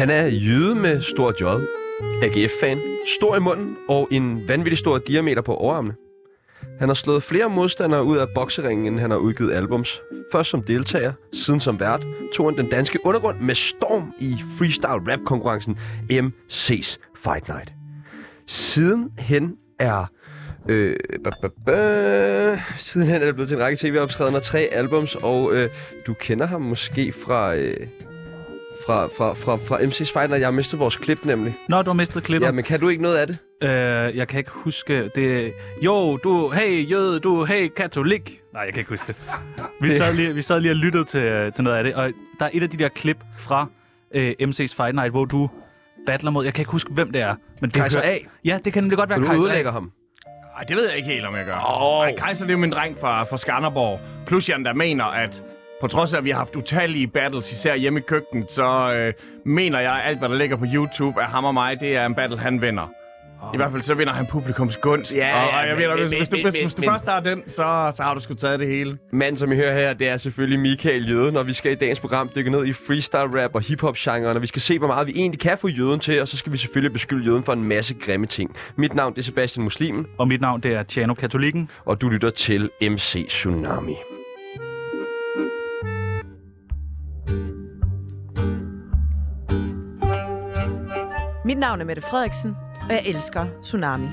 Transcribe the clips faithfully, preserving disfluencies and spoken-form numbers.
Han er jyde med stor J, A G F-fan, stor i munden og en vanvittig stor diameter på overarmene. Han har slået flere modstandere ud af bokseringen, end han har udgivet albums. Først som deltager, siden som vært, tog han den danske undergrund med storm i freestyle-rap-konkurrencen M C's Fight Night. Siden hen er... Øh, ba, ba, ba, sidenhen er det blevet til en række tv-optrædener, tre albums, og øh, du kender ham måske fra... Øh, Fra, fra, fra, fra M C's Fight Night. Jeg har mistet vores klip, nemlig. Nå, du har mistet klippet. Ja, men kan du ikke noget af det? Øh, jeg kan ikke huske det. Jo, du, hey jøde, du, hey katolik. Nej, jeg kan ikke huske det. Vi, det... Sad, lige, vi sad lige og lyttede til, til noget af det, og der er et af de der klip fra øh, M C's Fight Night, hvor du battler mod, jeg kan ikke huske, hvem det er. Men det Kaiser hører... A? Ja, det kan nemlig godt være du Kaiser A. Du udlægger ham? Nej, det ved jeg ikke helt, om jeg gør. Oh. Ej, Kaiser, det er jo min dreng fra, fra Skanderborg. Plus jeg der mener, at på trods af, at vi har haft utallige battles, især hjemme i køkkenet, så øh, mener jeg, at alt, hvad der ligger på YouTube af ham og mig, det er en battle, han vinder. Oh. I hvert fald så vinder han publikums gunst. Ja, ja, og jeg men, ved, hvis, men, hvis, du, men, hvis, men, hvis du men, først har den, så, så har du sgu taget det hele. Manden, som I hører her, det er selvfølgelig Michael Jøde, når vi skal i dagens program dykke ned i freestyle-rap og hip-hop-genren, og vi skal se, hvor meget vi egentlig kan få jøden til, og så skal vi selvfølgelig beskylde jøden for en masse grimme ting. Mit navn det er Sebastian Muslimen. Og mit navn det er Tjano Katolikken. Og du lytter til M C Tsunami. Mit navn er Mette Frederiksen, og jeg elsker Tsunami.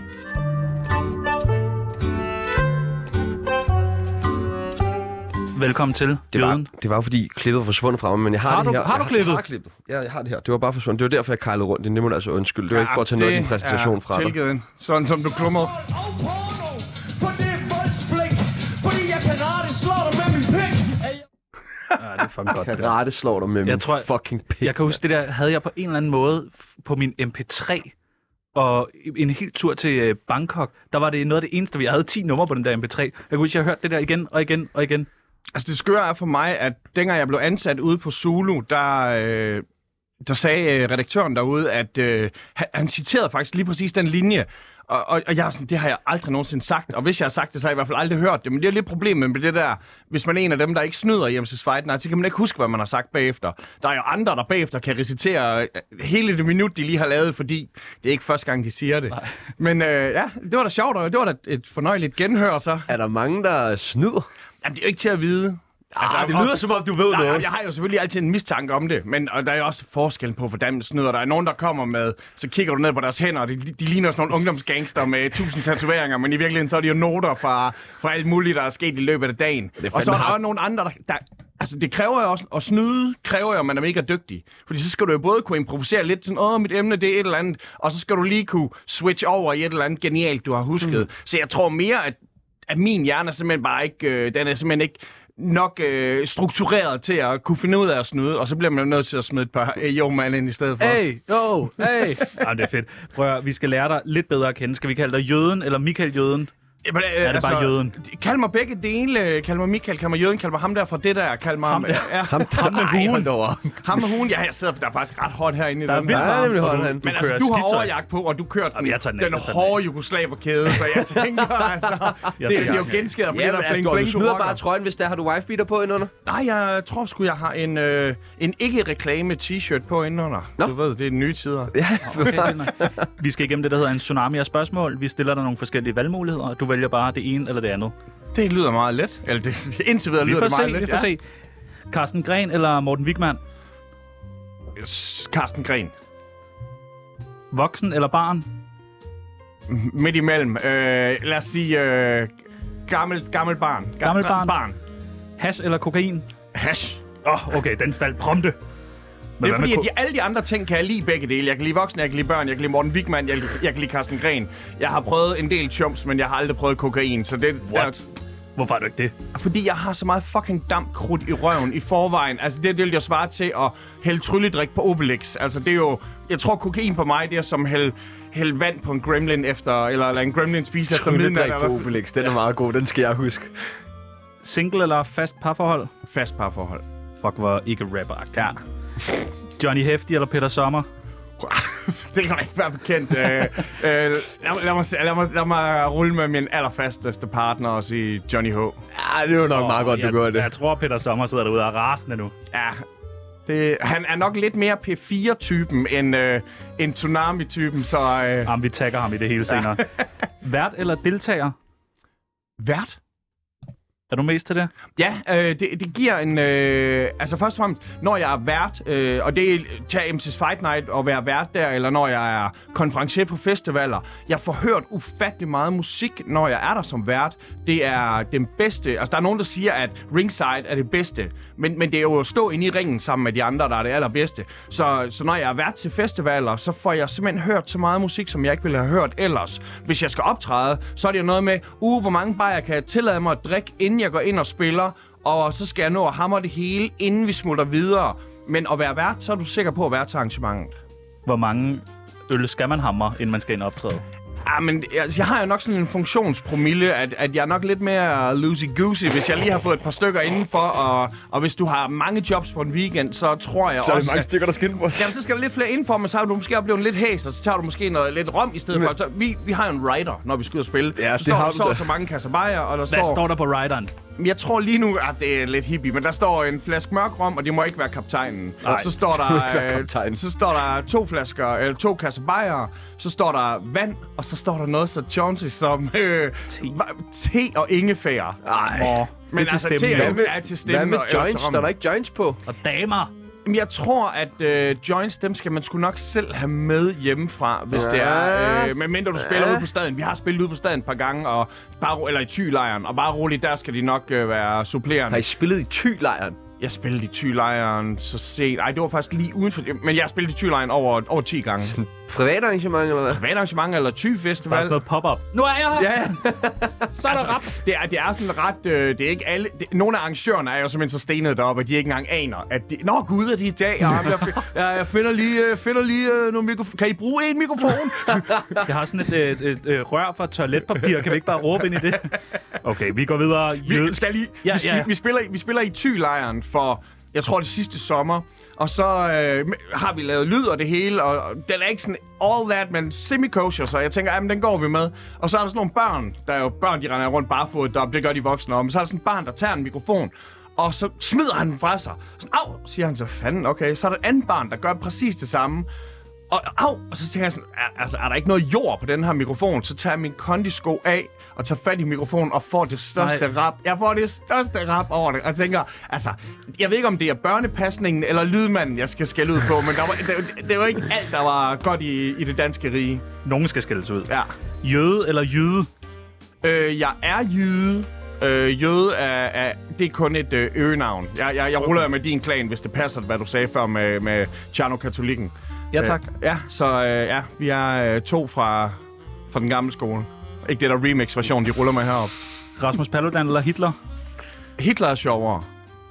Velkommen til, det var, jøden. det var fordi klippet var forsvundet fra mig, men jeg har, har det du, her. Har du jeg, klippet? Jeg har klippet. Ja, jeg har det her. Det var bare forsvundet. Det var derfor, jeg kejlede rundt. Det må du altså undskylde. Det var ja, ikke for at tage noget af din præsentation fra dig. Tilgivet. Sådan som du klummer. Ja, det er fucking godt. Karate slår dig med jeg min tror, fucking pik. Jeg kan huske, det der havde jeg på en eller anden måde på min M P tre. Og en hel tur til Bangkok, der var det noget af det eneste, vi havde ti numre på den der M P tre. Jeg kunne huske, jeg har hørt det der igen og igen og igen. Altså det skøre er for mig, at dengang jeg blev ansat ude på Zulu, der, øh, der sagde øh, redaktøren derude, at øh, han, han citerede faktisk lige præcis den linje. Og, og, og jeg er sådan, det har jeg aldrig nogensinde sagt. Og hvis jeg har sagt det, så har jeg i hvert fald aldrig hørt det. Men det er lidt problemet med det der, hvis man er en af dem, der ikke snyder i M C's Fight Night, så kan man ikke huske, hvad man har sagt bagefter. Der er jo andre, der bagefter kan recitere hele det minut, de lige har lavet, fordi det er ikke første gang, de siger det. Nej. Men øh, ja, det var da sjovt, og det var da et fornøjeligt genhør så. Er der mange, der snyder? Jamen, det er jo ikke til at vide. Altså, ah, det lyder og, som om, du ved nej, noget. Jeg har jo selvfølgelig altid en mistanke om det, men og der er jo også forskel på, hvordan man snyder. Der er nogen, der kommer med, så kigger du ned på deres hænder, og de, de ligner sådan nogle ungdomsgangster med tusind tatoveringer, men i virkeligheden så er det jo noter fra, fra alt muligt, der er sket i løbet af dagen. Og så er der har... også nogle andre, der, der... Altså, det kræver jo også, at snyde kræver jo, at man er mega dygtig. Fordi så skal du jo både kunne improvisere lidt sådan, åh, mit emne, det er et eller andet, og så skal du lige kunne switch over i et eller andet genialt, du har husket. Mm. Så jeg tror mere, at, at min hjerne er simpelthen bare ikke, øh, den er simpelthen ikke nok øh, struktureret til at kunne finde ud af at snyde, og så bliver man jo nødt til at smide et par øh, jo-mand ind i stedet for. Hey, jo, hey. Jamen, det er fedt. Prøv at, vi skal lære dig lidt bedre at kende. Skal vi kalde dig Jøden eller Michael Jøden? Jamen, øh, er det altså, bare Jøden? Kald mig begge dele. Kald mig Michael, kald mig Jøden, kald mig ham der fra det der. Kald mig ham, ja, ham, ham med hugen. Ham med hugen. Ja, jeg sidder, der er faktisk ret hårdt herinde i der den. Der er vildt varmt. Men du altså, du har overjagt på, og du kørte den, den, den hårde jugoslaverkæde, så jeg tænker, altså, det, det er jo genskader, fordi ja, der er altså, bling du bling. Du smider bare trøjen, hvis der har du wife-beater på indenunder? Nej, jeg tror sgu, jeg har en, øh, en ikke-reklame t-shirt på indenunder. Nå? Du ved, det er nye tider. Ja, okay, vi skal igennem det, der hedder en tsunami af spørgsmål. Vi stiller dig nogle forskellige valgmuligheder, og du vælger bare det ene eller det andet. Det lyder meget let. Eller det, indtil videre lyder det meget se, let. Vi får se. Carsten Gren eller Morten Wigman? Yes, Carsten Gren. Voksen eller barn? Midt imellem. Øh, lad os sige øh, gammel, gammel barn. Gam, gammel barn. barn. Hash eller kokain? Hash. Åh, oh, okay, den faldt prompte. Men det er fordi, at de, alle de andre ting kan jeg lide begge dele. Jeg kan lide voksne, jeg kan lide børn, jeg kan lide Morten Wigman, jeg, jeg kan lide Carsten Gren. Jeg har prøvet en del chums, men jeg har aldrig prøvet kokain, så det... What? Der, hvorfor har du ikke det? Fordi jeg har så meget fucking dampkrudt i røven i forvejen. Altså, det, det vil jeg svare til at hælde trylledrik på Obelix. Altså, det er jo... Jeg tror, kokain på mig, det er som hælde hælde vand på en gremlin efter... Eller, eller en gremlin spise efter midnat. Trylledrik på Obelix, den er meget god. Den skal jeg huske. Single eller fast parforhold? Fast parforhold. Fuck, hvor ikke rapper-agtigt. Ja. Johnny Hefti eller Peter Sommer? Det kan man ikke være bekendt. øh, øh, lad, lad, mig, lad, mig, lad mig rulle med min allerfasteste partner og sige Johnny H. Ja, det er jo nok oh, meget godt, du gør det. Jeg tror, Peter Sommer sidder derude og er rasende nu. Ja, Det, han er nok lidt mere P fire-typen end, øh, end Tsunami-typen, så... Øh... Jamen, vi tagger ham i det hele senere. Vært eller deltager? Vært? Er du mest til det? Ja, øh, det, det giver en... Øh, altså først og fremmest, når jeg er vært, øh, og det er til M C's Fight Night og være vært der, eller når jeg er konferencier på festivaler, jeg får hørt ufattelig meget musik, når jeg er der som vært. Det er den bedste... Altså, der er nogen, der siger, at ringside er det bedste, men, men det er jo at stå inde i ringen sammen med de andre, der er det allerbedste. Så, så når jeg er vært til festivaler, så får jeg simpelthen hørt så meget musik, som jeg ikke ville have hørt ellers. Hvis jeg skal optræde, så er det jo noget med, uh, hvor mange bajer kan jeg tillade mig at drikke, inden jeg går ind og spiller, og så skal jeg nå at hamre det hele, inden vi smutter videre. Men at være vært, så er du sikker på at være til arrangementet. Hvor mange øl skal man hamre, inden man skal ind og optræde? Ah, men altså, jeg har jo nok sådan en funktionspromille, at, at jeg er nok lidt mere loosey-goosey, hvis jeg lige har fået et par stykker indenfor, og, og hvis du har mange jobs på en weekend, så tror jeg Så er også... det mange stykker, der skal ind på os. Jamen, så skal der lidt flere indenfor, men så har du måske oplevet lidt hæs, og så tager du måske noget lidt rom i stedet Men- for. Så vi, vi har jo en rider, når vi skal ud og spille. Ja, der det står, har der du står da. så mange kasser bajer, og der Hvad står... står der på rideren? Jeg tror lige nu, at det er lidt hippie, men der står en flaske mørk rom, og det må ikke være kaptajnen. Nej, Så står det må ikke der, være øh, kaptajnen. så står der to flasker, eller to kasser bajer, så står der vand, og så står der noget så Jonesy som øh, Te. hva- te og ingefær. Nej. Åh, Men det er til altså, te stemmen. er jo. jo med- er til Hvad stemmen. med og- eller joints? til rommen. Der er der ikke joints på. Og damer. Jamen, jeg tror, at øh, joints, dem skal man sgu nok selv have med hjemmefra, hvis Ja. det er. Øh, medmindre du spiller Ja. ude på staden. Vi har spillet ude på staden et par gange, og bare, ro- eller i Thy-lejren, og bare roligt, der skal de nok øh, være supplerende. Har I spillet i Thy-lejren? Jeg spillede i Thy-lejren så sent. Ej, det var faktisk lige uden for... Men jeg har spillet i Thy-lejren over, over ti gange. Sådan privat arrangement, eller hvad? Privat arrangement eller Thy-festival. Bare sådan noget pop-up. Nu er jeg her! Ja, ja. Så er der rap. Det er, det er sådan ret... Øh, det er ikke alle... Det, nogle af arrangørerne er jo simpelthen så stenet deroppe, at de ikke engang aner, at de... Nå, gud, er de i dag? Ja, jeg, jeg, jeg finder lige, øh, finder lige øh, nogle mikrofon. Kan I bruge en mikrofon? Jeg har sådan et, et, et, et rør for toiletpapir. Kan vi ikke bare råbe ind i det? Okay, vi går videre. Jød. Vi, skal lige, Ja, vi, ja. Vi, vi, spiller, i- vi spiller i Thy-lejren for, jeg tror, det sidste sommer. Og så øh, har vi lavet lyd og det hele, og den er ikke sådan all that, men semi-kosher, så jeg tænker, jamen den går vi med. Og så er der sådan nogle børn, der er jo børn, de render rundt barfodet deroppe, det gør de voksne om. Men så er der sådan et barn, der tager en mikrofon, og så smider han den fra sig. Sådan, au, siger han så, fanden, okay. Så er der et andet barn, der gør præcis det samme. Og au, og så tænker jeg sådan, er, altså, er der ikke noget jord på den her mikrofon? Så tager jeg min kondisko af og tager fat i mikrofonen og får det største Nej. rap. Jeg får det største rap over det. Og jeg tænker, altså, jeg ved ikke, om det er børnepasningen eller lydmanden, jeg skal skælde ud på, men der var, det, det var ikke alt, der var godt i, i det danske rige. Nogen skal skældes ud. Ja. Jøde eller jyde? Øh, jeg er jyde. Øh, jøde er, er, det er kun et øh, øgenavn. Jeg, jeg, jeg ruller med din klan, hvis det passer, hvad du sagde før med, med Tjerno-katolikken. Ja, tak. Øh, ja, så øh, ja, vi er øh, to fra, fra den gamle skole. Ikke det der remix-version, de ruller med heroppe. Rasmus Paludan eller Hitler? Hitler er sjovere.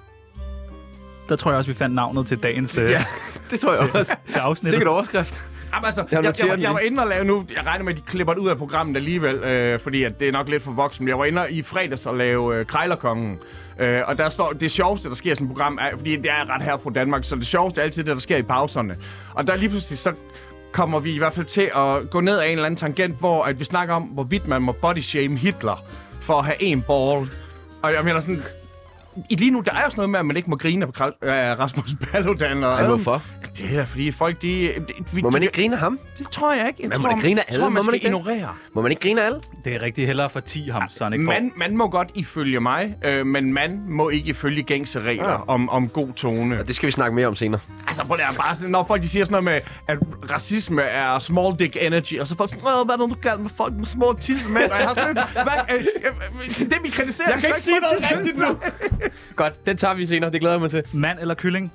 Der tror jeg også, vi fandt navnet til dagens øh, Ja, det tror jeg også. til afsnittet. Sikkert overskrift. Jamen, altså, Jeg jeg, jeg, noterer jeg, den jeg var lige. inde og lave nu, jeg regner med, at de klipper det ud af programmet alligevel, øh, fordi at det er nok lidt for voksen. Jeg var inde i fredags og lave øh, Krejlerkongen. Øh, og der står, det sjoveste, der sker i sådan et program, er, fordi det er ret her fra Danmark, så det sjoveste er altid det, der sker i pauserne. Og der lige pludselig, så kommer vi i hvert fald til at gå ned ad en eller anden tangent, hvor at vi snakker om, hvorvidt man må bodysshame Hitler for at have en ball. Og jeg mener sådan, i lige nu, der er jo sådan noget med, at man ikke må grine af Kra- øh, Rasmus Paludan. Og, Ej, hvorfor? Det er da fordi folk, de... de, de Må man ikke grine af ham? Det tror jeg ikke. Jeg Man må tror, da grine af jeg alle, tror, må man man skal ikke det? ignorere. Må man ikke grine af alle? Det er rigtig hellere for ti ham, så han ikke får. Man, man må godt ifølge mig, øh, men man må ikke ifølge gængse regler Ja. om, om god tone. Og det skal vi snakke mere om senere. Altså, prøv at bare sådan, når folk de siger sådan noget med, at racisme er small dick energy, og så folk sådan, hvad er det, du kalder med folk med små tissemænd? Og jeg har sådan lidt, hvad, øh, øh, det vi kritiserer, Jeg det kan ikke sige små noget tissemænd. rigtigt nu. Godt, den tager vi senere. Det glæder jeg mig til. Mand eller kylling?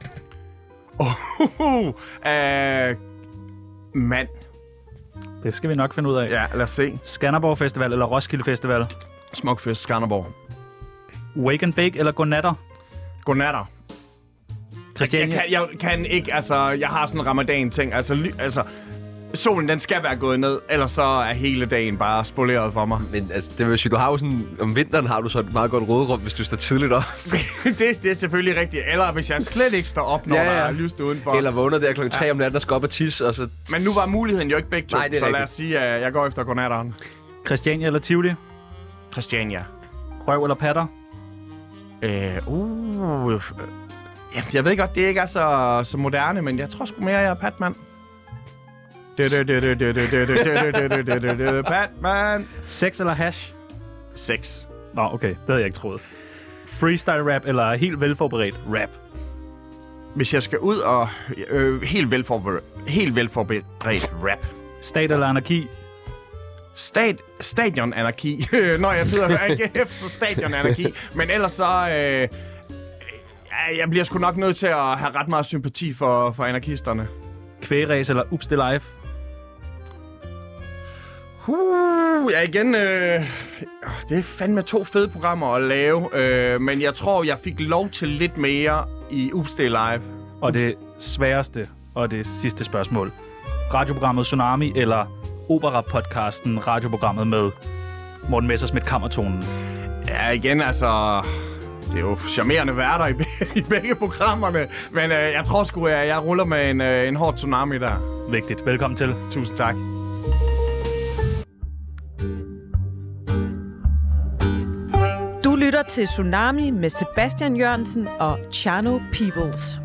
Uh, øh, mand. Det skal vi nok finde ud af. Ja, lad os se. Skanderborg Festival eller Roskilde Festival? Smukfest, Skanderborg. Wake and Bake eller Godnatter? Godnatter. Jeg Christiania? kan, jeg kan ikke, altså, jeg har sådan en ramadan-ting, altså, ly, altså, solen den skal være gået ned, ellers så er hele dagen bare spoleret for mig. Men altså, det vil sige, du har jo sådan... Om vinteren har du så et meget godt råderum, hvis du står tidligt op. det, det er selvfølgelig rigtigt, eller hvis jeg slet ikke står op, når Ja, ja, ja. der er lyst udenfor. Eller vågner der klokken tre om natten og skal op og tisse, og så... Men nu var muligheden jo ikke begge to, Nej, det er så lad rigtigt. os sige, at jeg går efter godnatteren. Christiania eller Tivoli? Christiania. Røv eller patter? Øh, uh, Ja, jeg ved godt, det ikke er så, så moderne, men jeg tror sgu mere, jeg er Batman. Batman. Sex eller hash? Sex. Nå, okay. Det havde jeg ikke troet. Freestyle rap eller helt velforberedt rap? Hvis jeg skal ud og øh, helt velforberedt, helt velforberedt rap. Stat eller anarki? Stat, stadionanarki. Når jeg tyder A G F, så stadionanarki. Men ellers så... Øh, jeg bliver sgu nok nødt til at have ret meget sympati for, for anarkisterne. Kvægræs eller Ups det live? Uh, ja, igen, øh, det er fandme to fede programmer at lave, øh, men jeg tror, jeg fik lov til lidt mere i Ups det live. Og det sværeste og det sidste spørgsmål. Radioprogrammet Tsunami eller opera-podcasten radioprogrammet med Morten Messerschmidt Kammertonen? Ja, igen, altså... Det er jo charmerende værter i, i begge programmerne, men øh, jeg tror sgu, at jeg ruller med en, øh, en hård tsunami der. Vigtigt. Velkommen til. Tusind tak. Du lytter til Tsunami med Sebastian Jørgensen og Chano Peoples.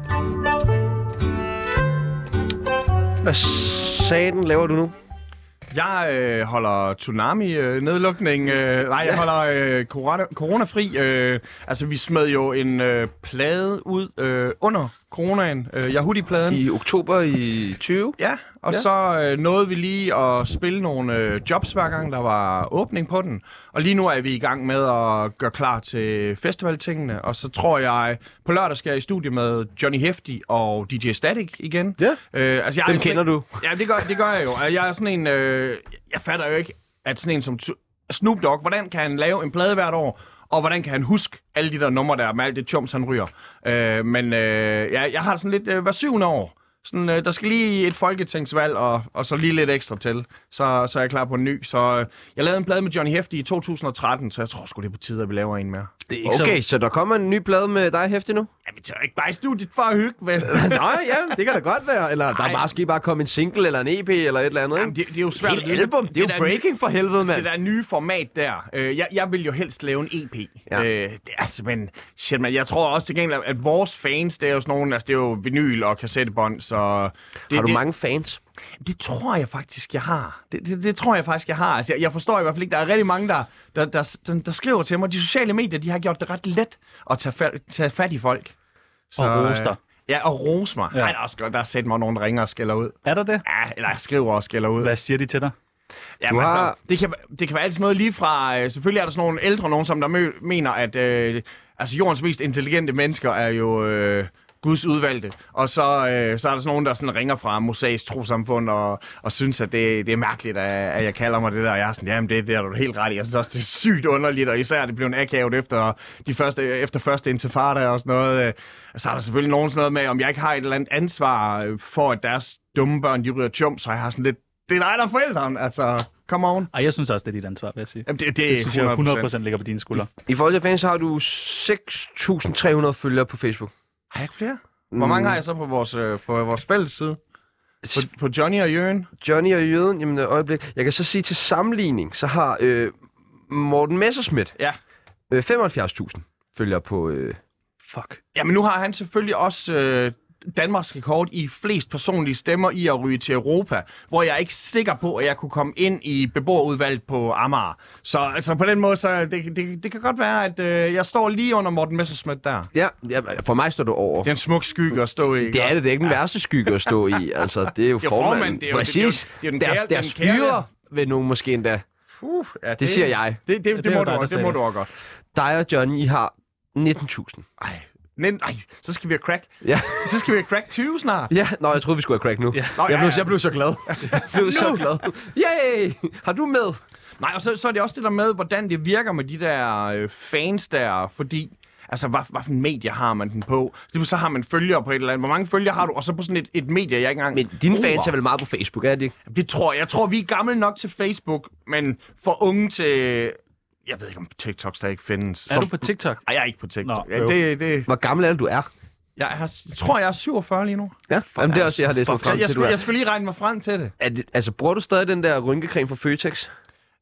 Hvad satan laver du nu? Jeg øh, holder tsunami-nedlukning. Øh, nej, jeg holder øh, corona, coronafri. Øh, altså, vi smed jo en øh, plade ud øh, under coronaen. Øh, Yahudi-pladen. I oktober i tyve? Ja, og Ja. så øh, nåede vi lige at spille nogle øh, jobs hver gang, der var åbning på den. Og lige nu er vi i gang med at gøre klar til festivaltingene. Og så tror jeg, på lørdag skal jeg i studie med Johnny Hefti og D J Static igen. Ja, Øh, altså, jeg er dem jo sådan kender en- du. Ja, det gør, det gør jeg jo. Jeg er sådan en... Øh, jeg fatter jo ikke, at sådan en som Snoop Dogg, hvordan kan han lave en plade hvert år, og hvordan kan han huske alle de der numre der med alt det tjums, han ryger. Øh, men øh, ja, jeg har sådan lidt øh, hver syvende år. Sådan, øh, der skal lige et folketingsvalg, og, og så lige lidt ekstra til. Så, så er jeg klar på en ny. Så øh, jeg lavede en plade med Johnny Hefti i to tusind og tretten, så jeg tror sgu, det er på tide, at vi laver en mere. Det er ikke Okay, så... så der kommer en ny plade med dig Hefti nu? Ja, vi tager ikke bare i studiet for at hygge, vel? Nej, ja, det kan da godt være. Eller der Nej. er måske bare komme en single eller en E P eller et eller andet. Jamen, Ikke? det, det er jo svært. Helt album, det er jo der breaking for helvede, mand. Det der nye format der. Øh, jeg, jeg vil jo helst lave en E P. Ja. Øh, det er simpelthen... Shit, man. Jeg tror også til gengæld, at vores fans, det er jo sådan nogle... Altså, det er jo vinyl og kassettebånd, så... Det, Har du det, mange fans? Det tror jeg faktisk, jeg har. Det, det, det tror jeg faktisk, jeg har. Altså, jeg, jeg forstår i hvert fald ikke, der er rigtig mange, der, der, der, der, der skriver til mig. De sociale medier, de har gjort det ret let at tage, fa- tage fat i folk. Så, Og rose dig. øh, Ja, og rose mig. Ja. Ja. Ej, der er også godt. Der er set mig nogen, der ringer og skælder ud. Er der det? Ja, eller jeg skriver og skælder ud. Hvad siger de til dig? Jamen, Du har- altså, det, kan, det kan være altid noget lige fra... Øh, selvfølgelig er der sådan nogle ældre nogen, som der mø- mener, at øh, altså, jordens mest intelligente mennesker er jo øh, Guds udvalgte. Og så, øh, så er der sådan nogen, der sådan ringer fra Mosaisk Trosamfund og, og synes, at det, det er mærkeligt, at, at jeg kalder mig det der. Og jeg er sådan, jamen det, det er du helt ret i. Jeg synes også, det er sygt underligt, og især det blev en akavet efter, de første, efter første intifada og sådan noget. Øh, så er der selvfølgelig nogen sådan noget med, om jeg ikke har et eller andet ansvar øh, for, at deres dumme børn, de ryger tjum, så jeg har sådan lidt, det er dig, der er forældren, altså, come on. Ej, jeg synes også, det er dit ansvar, vil jeg sige. Jamen, det, det, Det er synes jeg hundrede procent ligger på dine skuldre. I forhold til fans, så har du seks tusind tre hundrede følgere på Facebook. Har jeg ikke flere? Hvor mange har jeg så på vores, øh, på vores fælles side? På, på Johnny og Jørgen? Johnny og Jøden, jamen et øjeblik. Jeg kan så sige til sammenligning, så har øh, Morten Messerschmidt Ja. øh, femoghalvfjerds tusind følgere på... Øh, Fuck. Jamen, nu har han selvfølgelig også øh, Danmarks rekord i flest personlige stemmer i at ryge til Europa, hvor jeg er ikke sikker på, at jeg kunne komme ind i beboerudvalget på Amager. Så altså, på den måde, så det, det, det kan godt være, at øh, jeg står lige under Morten Messerschmidt der. ja, ja, for mig står du over. Det er en smuk skygge at stå i. Det er det, det er ikke den værste skygge at stå i. Altså, det er jo Det er formanden. formanden, det er jo- Præcis. det er jo- det er jo den Deres, kære- deres den kære- fyre vil nogen måske endda. Uh, ja, det, Det siger jeg. Det, det, det, det det, er må, jo du, dig, der det sagde må det. du også godt. Dig og Johnny, I har nitten tusind. Ej, men, ej, så skal vi have crack. Ja. Så skal vi have crack tyve snart. Ja, nå, jeg troede, vi skulle have crack nu. Ja. Nå, Jeg, ja, blev, ja. jeg blev så glad. Jeg blev så glad. Yay! Har du med? Nej, og så, så er det også det der med, hvordan det virker med de der øh, fans der, fordi... Altså, hvad, hvad for en medie har man den på? Så har man følgere på et eller andet. Hvor mange følgere har du? Og så på sådan et, et medie, jeg ikke engang... Men dine bruger. fans er vel meget på Facebook, er det ikke? Det tror jeg. Jeg tror, vi er gamle nok til Facebook, men for unge til... Jeg ved ikke, om TikTok stadig findes. Er du på TikTok? Ej, jeg er ikke på TikTok. Nå, ja, øv. det, det... Hvor gammel er det, du er? Jeg, er, jeg tror, jeg er syvogfyrre lige nu. Ja, Jamen, det er også, jeg har læst mig Så frem jeg, til, du skulle, er. jeg skulle lige regne mig frem til det. er det. Altså, bruger du stadig den der rynkecreme fra Føtex?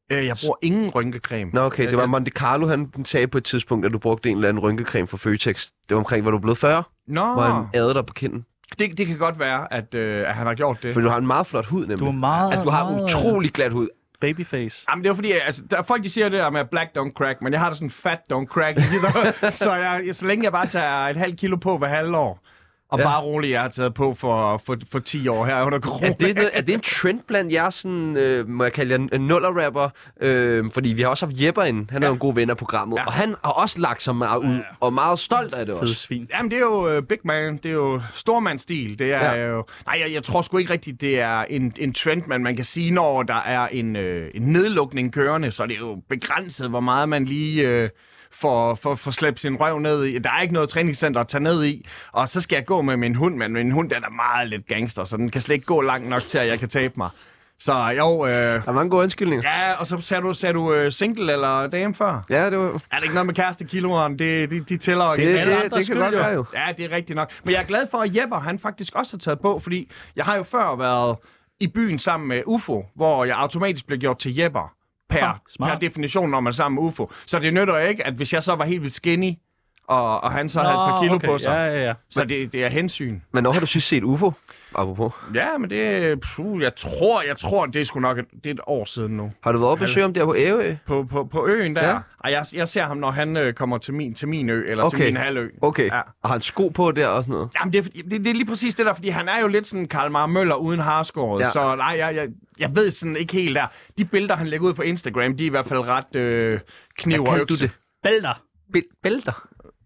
Øh, jeg bruger ingen rynkecreme. Nå, okay. Det var Monte Carlo, han sagde på et tidspunkt, at du brugte en eller anden rynkecreme fra Føtex. Det var omkring, hvor du blev fyrre, Nå, hvor han adede dig på kinden. det, det kan godt være, at, øh, at han har gjort det. For du har en meget flot hud, nemlig. Du er meget, Altså, du har en meget utrolig glat hud. babyface. Jamen, det er jo fordi, altså, der, folk de siger det der med black don't crack, men jeg har da sådan fat don't crack. så, jeg, så længe jeg bare tager et halvt kilo på hver halvår, og Ja. ja. bare roligt, jeg har taget på for, for, for ti år her under corona. Er det, noget, er det en trend blandt jer, sådan, øh, må jeg kalde jer nuller-rapper? Øh, fordi vi har også haft Jepper ind. Han er jo Ja. en god ven af programmet. Ja. Og han har også lagt sig meget ud, og meget stolt af det Fed også. svin. Jamen, det er jo uh, big man. Det er jo stormandstil. Det er Ja. jo... Nej, jeg, jeg tror sgu ikke rigtigt, det er en, en trend, men man kan sige, når der er en, øh, en nedlukning kørende, så er det jo begrænset, hvor meget man lige... Øh, for, for, for slæbt sin røv ned i. Der er ikke noget træningscenter at tage ned i. Og så skal jeg gå med min hund, men min hund den er meget lidt gangster, så den kan slet ikke gå langt nok til, at jeg kan tabe mig. Så jo... Øh, Der er mange gode undskyldninger. ja, og så sagde du, sagde du øh, single eller dame før? Ja, det var... Er det ikke noget med kærestekiloerne? Det, de, de tæller jo Det, ikke. det, alle det, andres det kan skyld, godt jo. være jo. Ja, det er rigtigt nok. Men jeg er glad for, at Jepper, han faktisk også har taget på, fordi jeg har jo før været i byen sammen med U F O, hvor jeg automatisk blev gjort til Jepper per, Ah, smart. per definition, når man er sammen med U F O. Så det nytter ikke, at hvis jeg så var helt vildt skinny, og, og han så havde et par kilo okay. på sig, Ja, ja, ja. så det, det er hensyn. Men når har du sidst set U F O? Apropos. Ja, men det... Puh, jeg tror, jeg tror, det er sgu nok et, det er et år siden nu. Har du været oppe og besøge ham der på Ærø? På, på, på øen der. Ja. Ja. Og jeg, jeg ser ham, når han øh, kommer til min, til min ø, eller Okay. til min halvø. Okay. Ja. Og har han sko på der og sådan noget? Jamen, det er, fordi- det, det er lige præcis det der, fordi han er jo lidt sådan Karl Mar Møller uden harskåret. Ja. Ja. Så nej, jeg, jeg, jeg ved sådan ikke helt der. De billeder, han lægger ud på Instagram, de er i hvert fald ret øh, kniv Hvad og kaldte du økse. det? Bælter. Bæl- Bælter?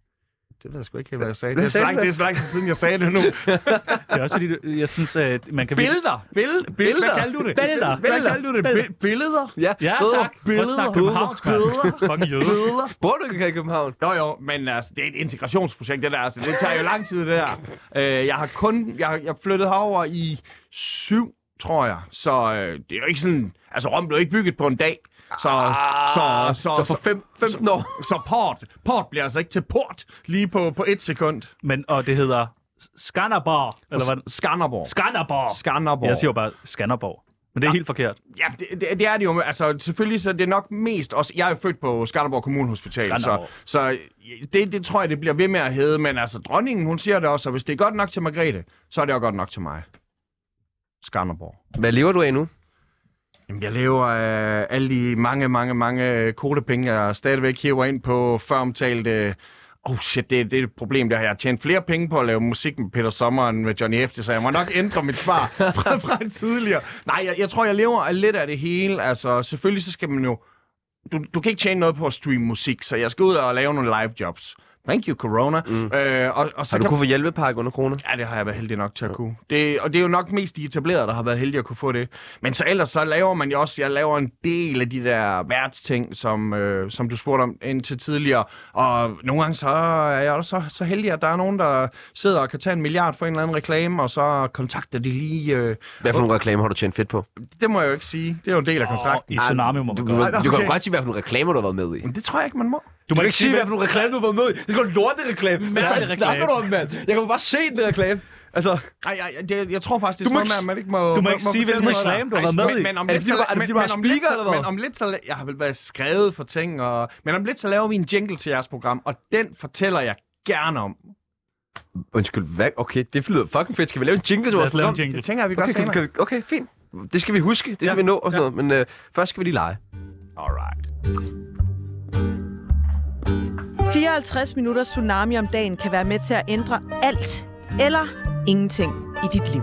Det ved jeg sgu ikke helt, hvad jeg sagde. Hvad Det er, så sagde lang, du? det er så lang tid siden, jeg sagde det nu. Det er også fordi, du, jeg synes, at man kan... Billeder! Bill, bill, hvad kaldte du det? Billeder. Hvad kaldte du det? Billeder. Bi- Billeder? Ja, Ja, bedre. tak. Prøv at snakke københavnsk, mand. Fucking jøde. Billeder? Bor du ikke i København? Jo, jo, men altså, det er et integrationsprojekt, det der. Altså, det tager jo lang tid, det der. Øh, jeg har kun... Jeg, jeg flyttede herover i syv, tror jeg. Så øh, det er jo ikke sådan... Altså, Rom blev ikke bygget på en dag. Så, så, så, Så for fem, femten år? så port, port bliver altså ikke til port lige på, på et sekund. Men, og det hedder Skanderborg, eller hvad? Skanderborg. Skanderborg. Skanderborg. Jeg siger jo bare Skanderborg. Men det er helt forkert. Ja, det, det, det er det jo. Altså, selvfølgelig så er det nok mest også... Jeg er jo født på Skanderborg Kommunehospital, så, Skanderborg. så det, det tror jeg, det bliver ved med at hedde. Men altså, dronningen, hun siger det også, og hvis det er godt nok til Margrethe, så er det også godt nok til mig. Skanderborg. Hvad lever du af nu? Jamen, jeg lever af alle de mange, mange, mange kodepenge, jeg stadigvæk hiver ind på føromtalte... Oh shit, det, det er et problem, der har jeg tjent flere penge på at lave musik med Peter Sommer end med Johnny F. Så jeg må nok ændre mit svar fra, fra tidligere. Nej, jeg, jeg tror, jeg lever af lidt af det hele. Altså, selvfølgelig så skal man jo... Du, du kan ikke tjene noget på at streame musik, så jeg skal ud og lave nogle live jobs. Thank you, corona. Mm. Øh, og, og så Har du kan... kunne få hjælpepakke under corona? Ja, det har jeg været heldig nok til at kunne. Det, og det er jo nok mest de etablerede, der har været heldige at kunne få det. Men så ellers så laver man jo også, jeg laver en del af de der værtsting, som, øh, som du spurgte om indtil tidligere. Og nogle gange så er jeg også så, så heldig, at der er nogen, der sidder og kan tage en milliard for en eller anden reklame, og så kontakter de lige... Øh, Hvad for nogle reklamer har du tjent fedt på? det må jeg jo ikke sige. Det er jo en del af kontrakten. I Tsunami må Du, man du, godt. du, du kan okay. jo godt sige, hvad for nogle reklamer du har været med i. Men det tror jeg ikke, man må. Du Du kan ikke sige, hvad for nogle reklamer du har været med i. Det er sgu en lortereklame. Hvad Hvad fanden reklame? snakker du om, mand? Jeg kan jo bare se den reklame. Altså, Ej, ej, det, jeg tror faktisk, det er Du må sådan noget ikke- med, at man ikke må... du må ikke sige, fortælle hvilken noget der. reklame du har Ej, været med men- i. Men om Er det lidt, fordi, du så- bare- er det men- fordi, du bare men om lidt, speaker, så- eller hvad? Men om lidt, så... la- Jeg har vel været skrevet for ting, og... Men om lidt, så laver vi en jingle til jeres program, og den fortæller jeg gerne om. undskyld, hvad? Okay, det flyder fucking fedt. Skal vi lave en jingle til Lad vores os lave en program? jingle. Det tænker jeg, vi gør Okay, kan, vi- senere. kan vi, okay, fint. Det skal vi huske. Det Ja, kan vi nå og sådan ja. noget. Men øh, først skal vi lige lege. Alright. fireoghalvtreds minutter tsunami om dagen kan være med til at ændre alt eller ingenting i dit liv.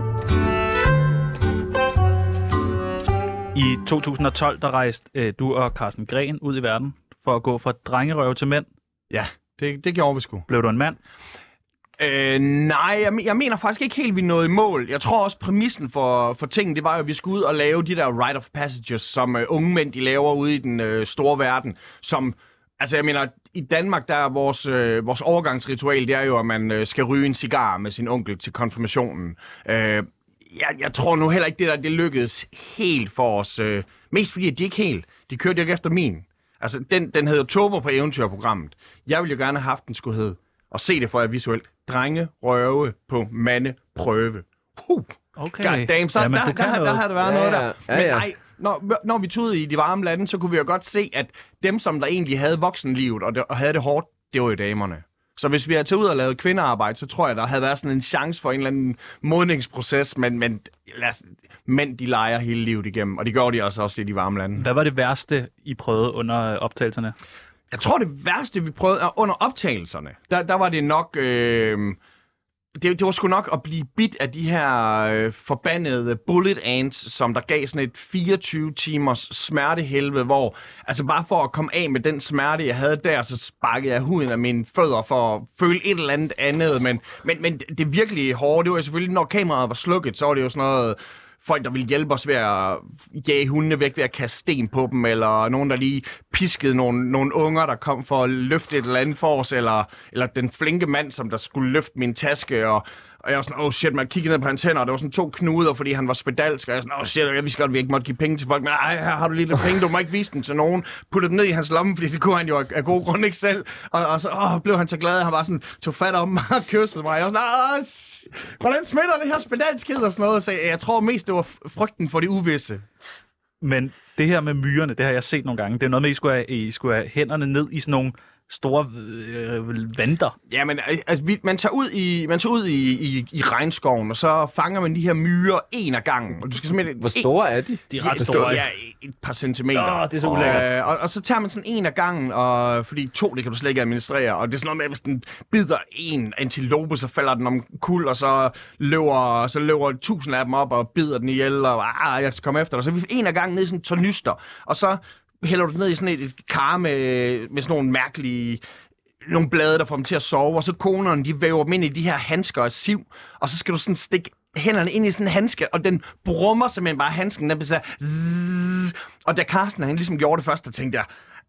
I to tusind og tolv, der rejste øh, du og Carsten Gren ud i verden for at gå fra drengerøv til mænd. Ja, det, det gjorde vi sgu. Blev du en mand? Øh, nej, jeg, jeg mener faktisk ikke helt, vi nåede i mål. Jeg tror også, præmissen for, for tingene, det var jo, at vi skulle ud og lave de der rite of passages, som uh, unge mænd, de laver ude i den uh, store verden. Som, altså jeg mener, i Danmark, der er vores, uh, vores overgangsritual, det er jo, at man uh, skal ryge en cigar med sin onkel til konfirmationen. Uh, jeg, jeg tror nu heller ikke, det der det lykkedes helt for os. Uh, mest fordi, at de ikke helt. De kørte jo ikke efter min. Altså, den, den hedder Tober på eventyrprogrammet. Jeg ville jo gerne have haft den skulle hedde, og se det for jer visuelt, drenge røve på mandeprøve. Huh. Okay. God damn, så Jamen, der, du der, kan der, der, noget. har det været Ja, noget ja. der. Ja, Men ja. nej, når, når vi tog ud i de varme lande, så kunne vi jo godt se, at dem, som der egentlig havde voksenlivet og, det, og havde det hårdt, det var jo damerne. Så hvis vi havde taget ud og lavet kvindearbejde, så tror jeg, der havde været sådan en chance for en eller anden modningsproces, men, men lad os, mænd, de leger hele livet igennem, og det gjorde de også, også i de varme lande. Hvad var det værste, I prøvede under optagelserne? Jeg tror, det værste, vi prøvede under optagelserne, der, der var det nok... Øh, det, det var sgu nok at blive bit af de her øh, forbandede bullet ants, som der gav sådan et fireogtyve timers smertehelvede, hvor altså bare for at komme af med den smerte, jeg havde der, så sparkede jeg huden af mine fødder for at føle et eller andet andet. Men, men, men det virkelig hårde, det var selvfølgelig, når kameraet var slukket, så var det jo sådan noget... Folk, der ville hjælpe os ved at jage hundene væk ved at kaste sten på dem, eller nogen, der lige piskede nogle, nogle unger, der kom for at løfte et eller andet for os, eller, eller den flinke mand, som der skulle løfte min taske, og, og jeg var sådan, oh shit, man kiggede ned på hans hænder, og der var sådan to knuder, fordi han var spedalsk, og jeg var sådan, oh shit, jeg vidste godt, at vi ikke måtte give penge til folk, men ej, her har du lige lidt penge, du må ikke vise den til nogen, putte dem ned i hans lomme, fordi det kunne han jo af, af gode grunde ikke selv, og, og så åh, blev han så glad, at han bare sådan tog fat om mig og kyssede mig, og jeg var sådan, hvordan smitter det her spedalskhed og sådan noget, så jeg, jeg tror mest, det var frygten for det uvisse. Men det her med myrerne, det har jeg set nogle gange. Det er noget med, at I skulle have, I skulle have hænderne ned i sådan nogle store øh, vanter. Ja, men altså, vi, man tager ud, i, man tager ud i, i, i regnskoven, og så fanger man de her myrer en af gangen. Og du skal simpelthen... Hvor store er de? De er ret store. Ja, et par centimeter. Åh, det er så ulækkert. Og, og, og så tager man sådan en af gangen, og, fordi to, det kan du slet ikke administrere. Og det er sådan noget med, at hvis den bider en antilope, så falder den om kul, og så løber, så løber tusind af dem op og bider den ihjel, og ah, jeg skal komme efter dig. Så vi en af gangen ned i sådan en tornyster, og så hælder du ned i sådan et, et kar med, med sådan nogle mærkelige nogle blade, der får dem til at sove, og så konerne, de væver dem ind i de her handsker og siv, og så skal du sådan stikke hænderne ind i sådan en handske, og den brummer simpelthen bare handsken, den bliver så zzz, og da Carsten, han ligesom gjorde det først, der tænkte jeg,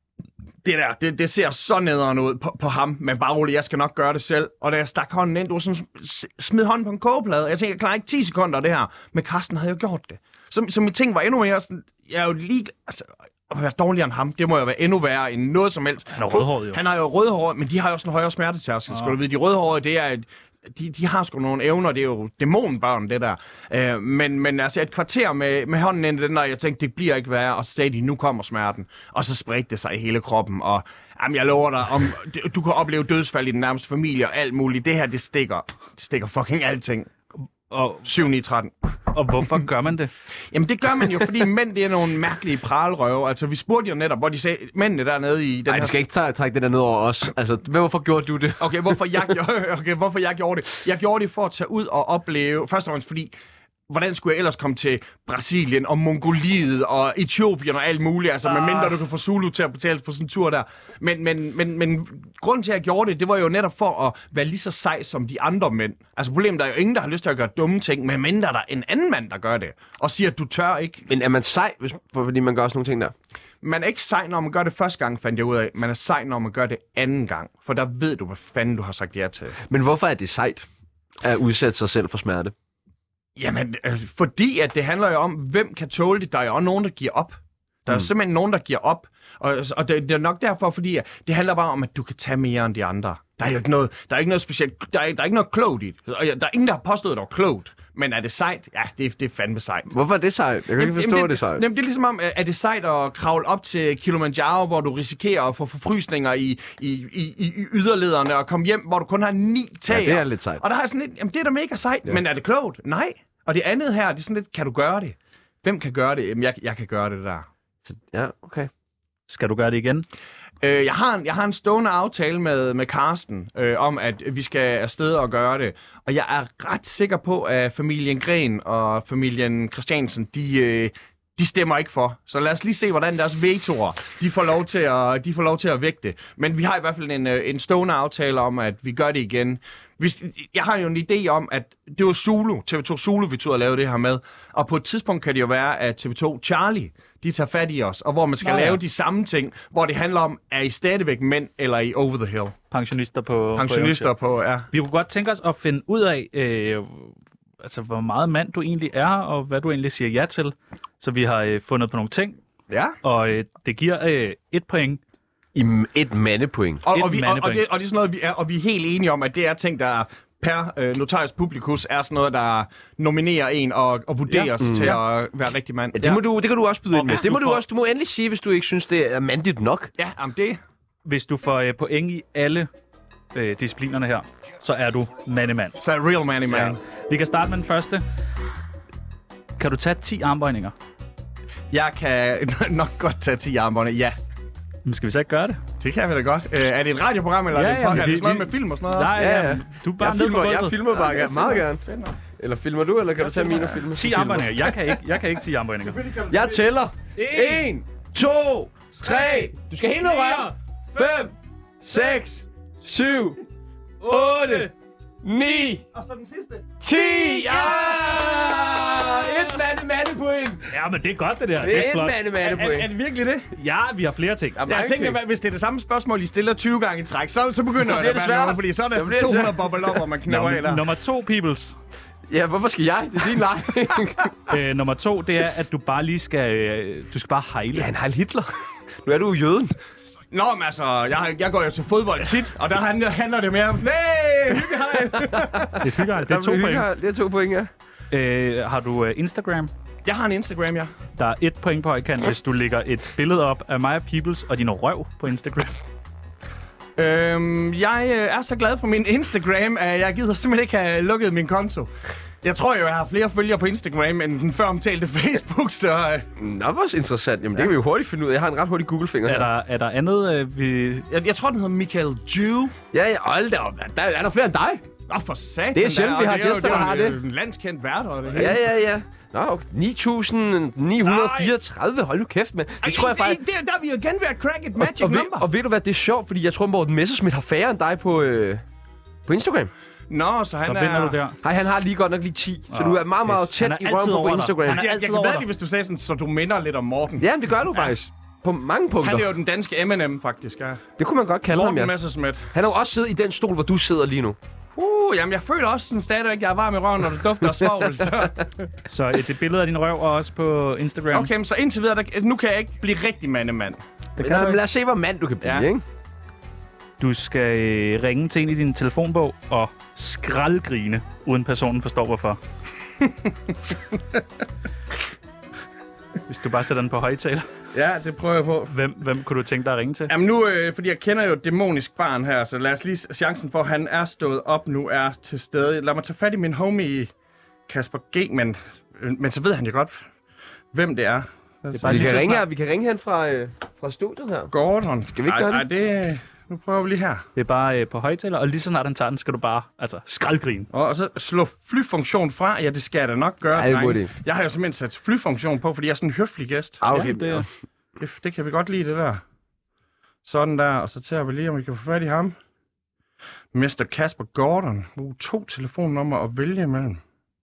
det der, det, det ser så nederen ud på, på ham, men bare roligt, jeg skal nok gøre det selv. Og da jeg stak hånden ind, du var sådan, smid hånden på en kogeplade, jeg tænkte, jeg klarer ikke ti sekunder det her, men Carsten havde jo gjort det. Så, så mit ting var endnu mere sådan, jeg er jo lige, altså, at være dårligere end ham, det må jo være endnu værre end noget som helst. Han er rødhåret jo. Han er jo rødhåret, men de har jo sådan en højere smertetærskel, skal du vide. De rødhårede, det er et, de, de har sgu nogle evner, det er jo dæmonbørn, det der. Øh, men, men altså et kvarter med, med hånden ind i den der, jeg tænkte, det bliver ikke værre, og så sagde de, nu kommer smerten. Og så spredte det sig i hele kroppen, og jamen, jeg lover dig, om, du kan opleve dødsfald i den nærmeste familie og alt muligt. Det her, det stikker, det stikker fucking alting. Og syv ni tretten. Og hvorfor gør man det? Jamen det gør man jo, fordi mænd, det er nogle mærkelige pralrøve. Altså vi spurgte jo netop, hvor de sagde, mændene dernede i den Nej, her... du skal ikke trække det der ned over os. Altså, hvorfor gjorde du det? Okay, hvorfor jeg, gjorde, okay, hvorfor jeg gjorde det? Jeg gjorde det for at tage ud og opleve, først og fremmest fordi, hvordan skulle jeg ellers komme til Brasilien og Mongoliet og Etiopien og alt muligt, altså ah. medmindre du kan få Zulu til at betale for sådan en tur der. Men, men, men, men grunden til, at jeg gjorde det, det var jo netop for at være lige så sej som de andre mænd. Altså problemet er jo ingen, der har lyst til at gøre dumme ting, men mindre der er en anden mand, der gør det, og siger, at du tør ikke. Men er man sej, hvis, fordi man gør sådan nogle ting der? Man er ikke sej, når man gør det første gang, fandt jeg ud af. Man er sej, når man gør det anden gang, for der ved du, hvad fanden du har sagt ja til. Men hvorfor er det sejt at udsætte sig selv for smerte? Jamen, øh, fordi at det handler jo om, hvem kan tåle det. Der er jo også nogen, der giver op. Der er mm. simpelthen nogen, der giver op. Og, og det, det er nok derfor, fordi at det handler bare om, at du kan tage mere end de andre. Der er jo ikke noget, der er ikke noget specielt, der er, der er ikke noget klogt i det. Og der er ingen, der har påstået, at det var klogt. Men er det sejt? Ja, det, det er fandme sejt. Hvorfor er det sejt? Jeg kan jamen, ikke forstå, jamen, det, det sejt. Jamen, det er ligesom om, er det sejt at kravle op til Kilimanjaro, hvor du risikerer at få forfrysninger i, i, i, i yderlederne, og komme hjem, hvor du kun har ni tager. Ja, det er lidt sejt. Og der har jeg sådan lidt, jamen det er da mega sejt, ja. Men er det klogt? Nej. Og det andet her, det er sådan lidt, kan du gøre det? Hvem kan gøre det? Jamen, jeg, jeg kan gøre det der. Så, ja, okay. Skal du gøre det igen? Øh, jeg, har en, jeg har en stående aftale med, med Carsten øh, om, at vi skal afsted og gøre det. Og jeg er ret sikker på, at familien Gren og familien Christiansen, de, øh, de stemmer ikke for. Så lad os lige se, hvordan deres vetoer, de får lov til at, de får lov til at vægte. Men vi har i hvert fald en, en stående aftale om, at vi gør det igen. Hvis, jeg har jo en idé om, at det var Zulu, T V to Zulu, vi tog at lave det her med. Og på et tidspunkt kan det jo være, at T V to Charlie, de tager fat i os. Og hvor man skal Nå, ja. lave de samme ting, hvor det handler om, er I stadigvæk mænd, eller er I over the hill? Pensionister på... Pensionister på, på ja. Vi kunne godt tænke os at finde ud af, øh, altså, hvor meget mand du egentlig er, og hvad du egentlig siger ja til. Så vi har øh, fundet på nogle ting. Ja. Og øh, det giver øh, et point. I et mandepoint. Og, og, vi, og, og, det, og det er sådan noget, vi er, og vi er helt enige om, at det er ting, der per øh, notarius publicus er sådan noget, der nominerer en og, og vurderes Ja. ja. til Mm. at være rigtig mand. Ja, det, må du, det kan du også byde Og ind med. hvis Det må du du får- også. Du må endelig sige, hvis du ikke synes, det er mandigt nok. Ja, jamen det... Hvis du får øh, point i alle øh, disciplinerne her, så er du mandemand. Så er real man man. Vi kan starte med den første. Kan du tage ti armbøjninger? Jeg kan nok godt tage ti armbånd. Ja, Men skal vi så ikke gøre det? det kan vi da godt. Øh, er det et radioprogram, eller Ja, er det, ja, en men podcast? Er vi- det sådan noget vi- med film og sådan noget? Nej, også? Ja, ja, ja. du er bare Jeg nede på filmer, jeg gulvet. filmer bare Ja, meget gerne. Fedt nok. Eller filmer du, eller kan du tage mine og filme? ti armbøjninger. Jeg kan ikke, jeg kan ikke ti armbøjninger. Jeg tæller. En. en, to, tre. Du skal helt ned røven. fem, seks, syv, otte, ni, Og så den sidste. ti. Ja! Et mande mande point. Ja, men det er godt, det der. Det Det er er et flot. mande Er, mande er, er point. det virkelig det? Ja, vi har flere ting. Der er Jeg mange tænker, ting. at hvis det er det samme spørgsmål, I stiller tyve gange i træk, så, så begynder Så det bliver at det være svært. noget, fordi så er der Så altså bliver det to hundrede svært. bobler op, hvor man knæpper Nå, eller. nummer to, Peoples. Ja, hvorfor skal jeg? Det er din leg. Øh, nummer to, det er, at du bare lige skal, øh, du skal bare hejle. Ja, han Heil Hitler. Nu er du jo jøden. Nå, men altså, jeg, jeg går jo til fodbold tit, og der handler, handler det mere om sådan, hey, hygge hej. Det er fygger, det er to point. Det er to point, ja. Øh, har du øh, Instagram? Jeg har en Instagram, ja. Der er et point på højkant, hvis du lægger et billede op af mig og Peoples og din røv på Instagram. Øhm, jeg øh, er så glad for min Instagram, at jeg gider simpelthen ikke have lukket min konto. Jeg tror jo, jeg har flere følgere på Instagram, end den før omtalte Facebook, så... Øh, Nå, hvor interessant. Jamen, det kan vi jo hurtigt finde ud af. Jeg har en ret hurtig Google-finger Er her. der, er der andet, øh, vi... jeg, jeg tror, den hedder Michael Jew. Ja, ja, hold da op. Der, er der flere end dig? Åh, for satan. Det er sjældent, da, vi og har det er jo- gæster, det er der har jo det. en- En landskendt vært og det hele. Ja, ja, ja. Nå, okay. ni tusind ni hundrede fireogtredive. Hold nu kæft, mand. Det Ej, tror jeg faktisk... Det, der er vi jo igen ved at crack et magic Og, og, ved, number. og ved du hvad, det er sjovt, fordi jeg tror, Morten Messerschmidt har færre end dig på, øh, på Instagram. Nå, så han Så er... vinder du der. Nej, han har lige godt nok lige ti. Så Åh, du er meget, meget pis. tæt Han er i røven altid på, over på dig. Instagram. Han er Jeg, jeg altid kan over bedre dig. lide, hvis du sagde sådan, så du minder lidt om Morten. Ja, det gør du faktisk. På mange punkter. Han er jo den danske Eminem, faktisk. Ja. Det kunne man godt kalde ham, Morten ja. Messerschmidt. Han har jo også siddet i den stol, hvor du sidder lige nu. Uh, jamen jeg føler også sådan stadigvæk, at jeg er varm i røven, når det dufter af svovl. Så. Så øh, det billede af din røv er også på Instagram. Okay, men så indtil videre, der, nu kan jeg ikke blive rigtig mandemand. Det Ja, men lad os se, hvor mand du kan blive, Ja. ikke? Du skal øh, ringe til en i din telefonbog og skraldgrine, uden personen forstår hvorfor. Hvis du bare sætter den på højtaler. Ja, det prøver jeg på. Hvem, hvem kunne du tænke dig at ringe til? Jamen nu, øh, fordi jeg kender jo et dæmonisk barn her, så lad os lige chancen for, at han er stået op nu, er til stede. Lad mig tage fat i min homie Kasper G, men, øh, men så ved han jo godt, hvem det er. Det er bare Vi lige kan, så ringe her, snart, vi kan ringe hen fra, øh, fra studiet her. Gordon. Skal vi ikke gøre ej, det? Ej, det... Nu prøver vi lige her. det er bare øh, på højtaler, og lige så snart han tager den, skal du bare altså, skraldgrine. Og, og så slå flyfunktion fra. Ja, det skal jeg da nok gøre. Ej, det må drenge. det. Jeg har jo simpelthen sat flyfunktion på, fordi jeg er sådan en høflig gæst. Ah, okay. Ja, det er- Det, det kan vi godt lide, det der. Sådan der, og så tager vi lige, om vi kan få fat i ham. mister Kasper Gordon. Uh, to telefonnummer at vælge imellem.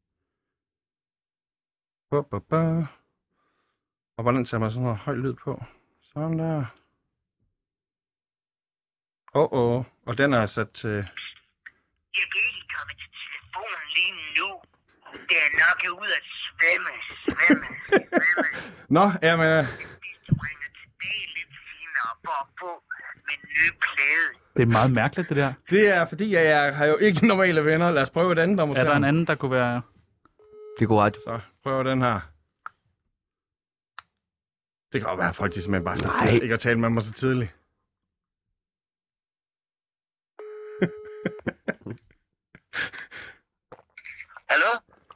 Ba, ba, ba. Og hvordan tager man sådan noget høj lyd på? Sådan der. Åh, oh, åh. Oh. Og den er sat til... Jeg kan ikke komme til telefonen lige nu. Det er nok ud at svømme, svømme, svømme. Nå, jamen... øh, Hvis du ringer tilbage lidt senere for at få min nye plade. Det er meget mærkeligt, det der. Det er fordi, at jeg har jo ikke normale venner. Lad os prøve et andet nummer Er til der ham. en anden, der kunne være... Det går ret. Så prøver den her. Det kan jo være, at folk de simpelthen bare Nej. sådan, ikke at tale med mig så tidligt. Hallo?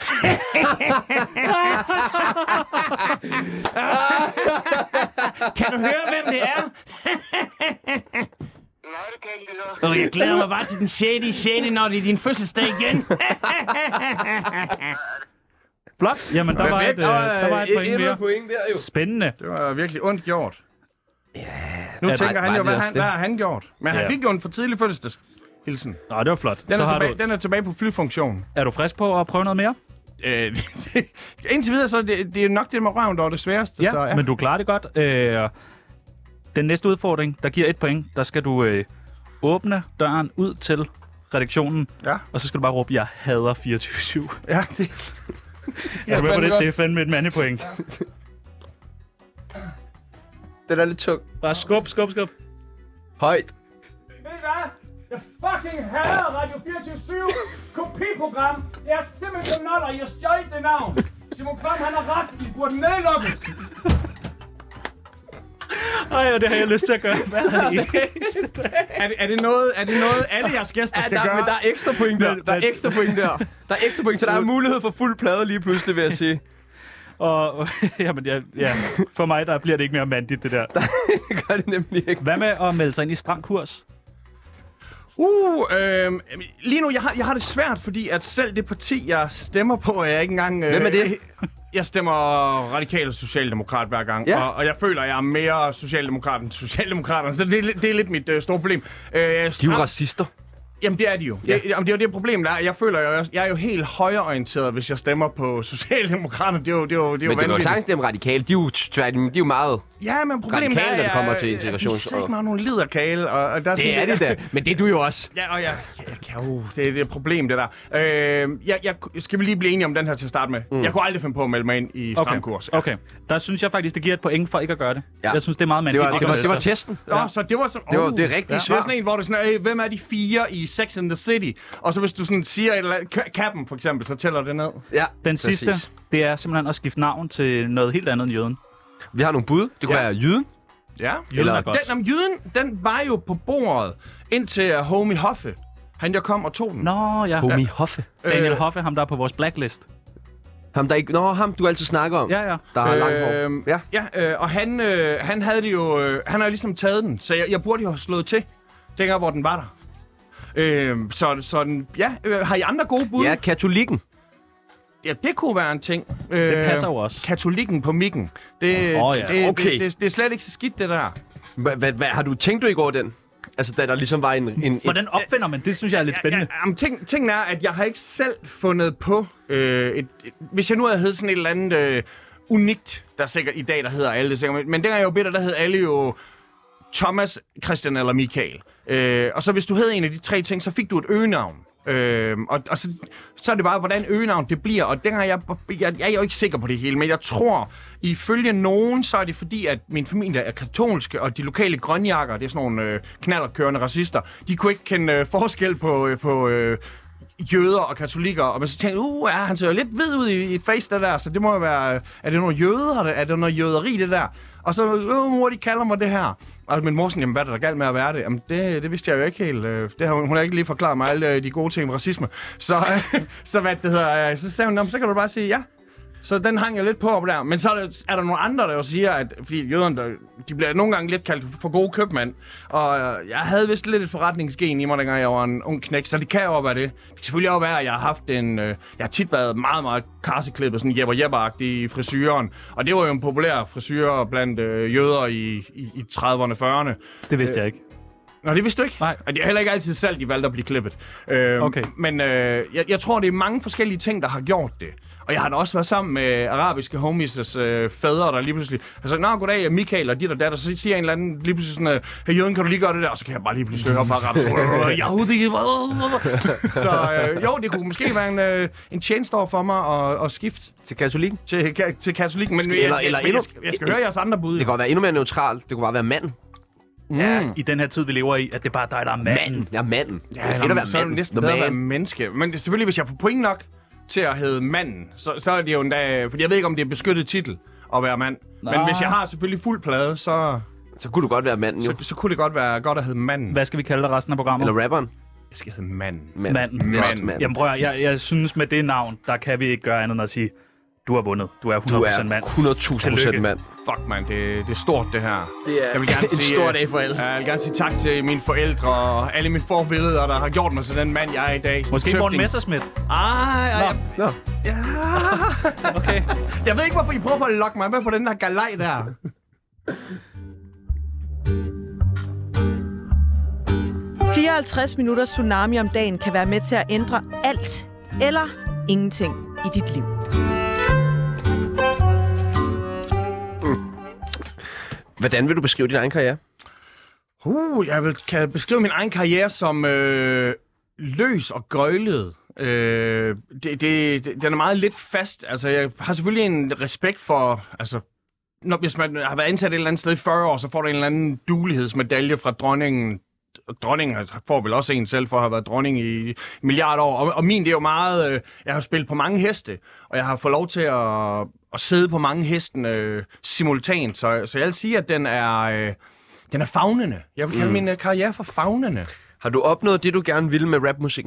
Kan du høre, hvem det er? Nej, det kan jeg ikke høre. Oh, jeg glæder mig bare til den sjette i sjette, når det er din fødselsdag igen. Flot. Jamen, der var et, øh, der var et point mere. point der jo. Spændende. Det var virkelig ondt gjort. Ja, nu Er- tænker Nej, han jo, var det hvad, også han, det? hvad har han gjort? Men han Ja. fik jo en for tidlig fødselsdagshilsen. Nå, det var flot. Den, Så er har tilbage, du, den er tilbage på flyfunktion. er du frisk på at prøve noget mere? Øh, indtil videre, så er det, det er nok det med røven, der er det sværeste. Ja, så, ja. men du klarer det godt. Øh, den næste udfordring, der giver et point, der skal du øh, åbne døren ud til redaktionen, Ja, og så skal du bare råbe, jeg hader fireogtyve syv. ja, det... Er du med på fandme det? godt. Det er fandme et mandepoint. Den er lidt tung. Bare skub, skub, skub. Højt. Ved I hvad? Jeg fucking hader Radio fireogtyve syv kopiprogram. Det er simpelthen noller, I har stjålet det navn. Simon Kvam, han har ret. I burde nedlukkes. Ej, og det har jeg lyst til at gøre. Hvad er det? er, det, er, det noget, er det noget, alle jeres gæster skal der, gøre? Men der er ekstra point der. Der er ekstra point der. Der er ekstra point, så der er mulighed for fuld plade lige pludselig, vil jeg sige. Og jamen, ja, ja, for mig der bliver det ikke mere mandigt, det der. Det gør det nemlig ikke. Hvad med at melde sig ind i Stram Kurs? Uh, øh, lige nu, jeg har, jeg har det svært, fordi at selv det parti, jeg stemmer på, er jeg ikke engang... Øh, Hvem er det? Jeg stemmer radikal og socialdemokrat hver gang, ja. og, og jeg føler, at jeg er mere socialdemokrat end socialdemokraterne, så det, er, det er lidt mit øh, store problem. Øh, De er jo racister. Jamen, det er de jo. Ja. Det, jamen, det er jo det problem, der er. Jeg føler jo, jeg er jo helt højreorienteret, hvis jeg stemmer på socialdemokraterne. Det er jo, det er jo, det er jo Men du kan jo vanvittigt. sagtens stemme radikale. De er jo, tvært- de er jo meget... Ja, men problemet radikale, er, når det jeg- kommer til jeg- integrations- Jeg er ikke meget nogle liderkale, og, og der er Det sådan er lidt- det da. Men det er du jo også. Ja, og jeg, jeg, jeg kan jo... Det, det er et problem, det der. Øh, jeg, jeg, skal vi lige blive enige om den her til at starte med? Mm. Jeg kunne aldrig finde på at melde mig ind i Stram Kurs. Okay. okay. Der synes jeg faktisk, det giver et point for ikke at gøre det. Ja. Jeg synes, det er meget Det mandigt. var, ikke det at var, melde det var sig. testen. Nå, ja. Så det var sådan... Det var- oh, det er rigtig ja. svært. Det er sådan en, hvor det er sådan, hvem er de fire i Sex and the City? Og så hvis du sådan siger et eller andet, Kappen for eksempel, så tæller det ned. Ja, Den præcis. sidste, det er simpelthen at skifte navn til noget helt andet end jøden. Vi har nogle bud. Det kunne Ja. være jyden. Ja. Jyden er godt. Den, om jyden, den var jo på bordet, indtil uh, Homie Hoffe, han der kom og tog den. Nå, ja. Homie Hoffe. Daniel Øh, Hoffe, ham der er på vores blacklist. Ham der ikke... Nå, ham du altid snakker om. Ja, ja. Der har langt hår. Øhm, Ja. Ja, øh, og han, øh, han havde det jo... Øh, han har jo ligesom taget den, så jeg, jeg burde jo have slået til, dengang hvor den var der. Øh, så, så den, ja, øh, har I andre gode bud? Ja, katolikken. Ja, det kunne være en ting. Det Øh, passer jo også. Katolikken på mikken. Det, Åh, ja. det, Okay. det, det, det er slet ikke så skidt, det der. Hva- hva- hva- Har du tænkt du ikke over den? Altså, da der ligesom var en... en, en Hvordan opfinder man? Det synes jeg er lidt spændende. Ja, jamen, ting, tingen er, at jeg har ikke selv fundet på... Øh, et, et, hvis jeg nu havde heddet sådan et eller andet øh, unikt, der sikkert i dag, der hedder alle, sikkert, men, men dengang jeg var bitter, der hed alle jo Thomas, Christian eller Michael. Øh, og så hvis du hed en af de tre ting, så fik du et øgenavn. Øh, og og så, så er det bare, hvordan øgenavn det bliver. Og dengang jeg, jeg, jeg er jo ikke sikker på det hele, men jeg tror, ifølge nogen, så er det fordi, at min familie er katolske, og de lokale grønjakker, det er sådan nogle øh, knallerkørende racister, de kunne ikke kende øh, forskel på... Øh, på øh, jøder og katolikker, og man så tænkte, uh, ja, han ser jo lidt hvid ud i, i face, der der, så det må jo være, er det nogle jøder, er det noget jøderi, det der? Og så, øh, mor, de kalder mig det her. Og min mor sådan, jamen, hvad er der galt med at være det? Jamen, det, det vidste jeg jo ikke helt. Øh, Det har, hun hun har ikke lige forklaret mig alle øh, de gode ting med racisme. Så, øh, så hvad det hedder, øh, så sagde hun, så kan du bare sige ja. Så den hang jeg lidt på op der. Men så er der, er der nogle andre, der jo siger, at fordi jøderne, der, de bliver nogle gange lidt kaldt for gode købmand. Og øh, jeg havde vist lidt et forretningsgen i mig, dengang jeg var en ung knæk. Så det kan jo være det. Det kan selvfølgelig også være, at jeg har haft en... Øh, jeg har tit været meget, meget karseklippet, sådan jæber jæber i frisyren. Og det var jo en populær frisyr blandt øh, jøder i, i, i trediverne, fyrrerne. Det vidste jeg ikke. Nå, det vidste du ikke? Nej. Og det er heller ikke altid selv, de valgte at blive klippet. Øh, Okay. Men øh, jeg, jeg tror, det er mange forskellige ting, der har gjort det. Og jeg har da også været sammen med arabiske homies' øh, fædre, der lige pludselig... Altså, nå, goddag, jeg er Michael og dit og datter. Så siger en eller anden lige pludselig sådan, hey Jørgen, kan du lige gøre det der? Og så kan jeg bare lige pludselig høre fra arabisk. Yahudi. Så øh, jo, det kunne måske være en, øh, en tjeneste over for mig at, at skifte Til katolikken. til, ka- til katolikken. Men Skal- jeg, eller- skal, eller men endnu- jeg, skal, jeg skal høre jeres andre bud. Det kan godt være endnu mere neutralt. Det kunne bare være mand. Ja, i den her tid, vi lever i, at det er bare dig, der er manden. Jeg er manden. Ja, det er fedt at være så er det mand. næsten The bedre at være man. menneske. Men det er selvfølgelig, hvis jeg får point nok til at hedde manden, så, så er det jo endda... Fordi jeg ved ikke, om det er beskyttet titel at være mand. Nå. Men hvis jeg har selvfølgelig fuld plade, så, Så kunne du godt være manden, jo. så, så kunne det godt være godt at hedde manden. Hvad skal vi kalde dig resten af programmet? Eller rapperen. Jeg skal hedde manden. Mand. Manden. Næsten Mand. Jamen prøv at, jeg, jeg synes med det navn, der kan vi ikke gøre andet end at sige, du har vundet. Du er Du hundrede procent er mand. hundrede tusind procent Tillykke. mand. Fuck, man, det, det er stort, det her. Det er Jeg vil gerne en sige, stor øh, dag for alle. Jeg vil gerne sige tak til mine forældre og alle mine forbilleder, der har gjort mig til den mand, jeg er i dag. Måske Morten Messerschmidt. Ah, ja, ja. Nå. ja. Okay. Jeg ved ikke, hvorfor I prøver på at lokke mig med på den der galej der. fireoghalvtreds minutter tsunami om dagen kan være med til at ændre alt eller ingenting i dit liv. Hvordan vil du beskrive din egen karriere? Uh, jeg vil, kan beskrive min egen karriere som øh, løs og gøjlet. Øh, det, det, det, den er meget lidt fast. Altså, jeg har selvfølgelig en respekt for... Altså, når, hvis man har været ansat et eller andet sted i fyrre år, så får du en eller anden dulighedsmedalje fra dronningen dronningen får vel også en selv for at have været dronning i milliarder år. Og, og min, det er jo meget... Øh, jeg har spillet på mange heste, og jeg har fået lov til at, at sidde på mange hesten øh, simultant. Så, så jeg vil sige, at den er, øh, den er fagnende. Jeg vil kalde mm. min øh, karriere for fagnende. Har du opnået det, du gerne ville med rapmusikken?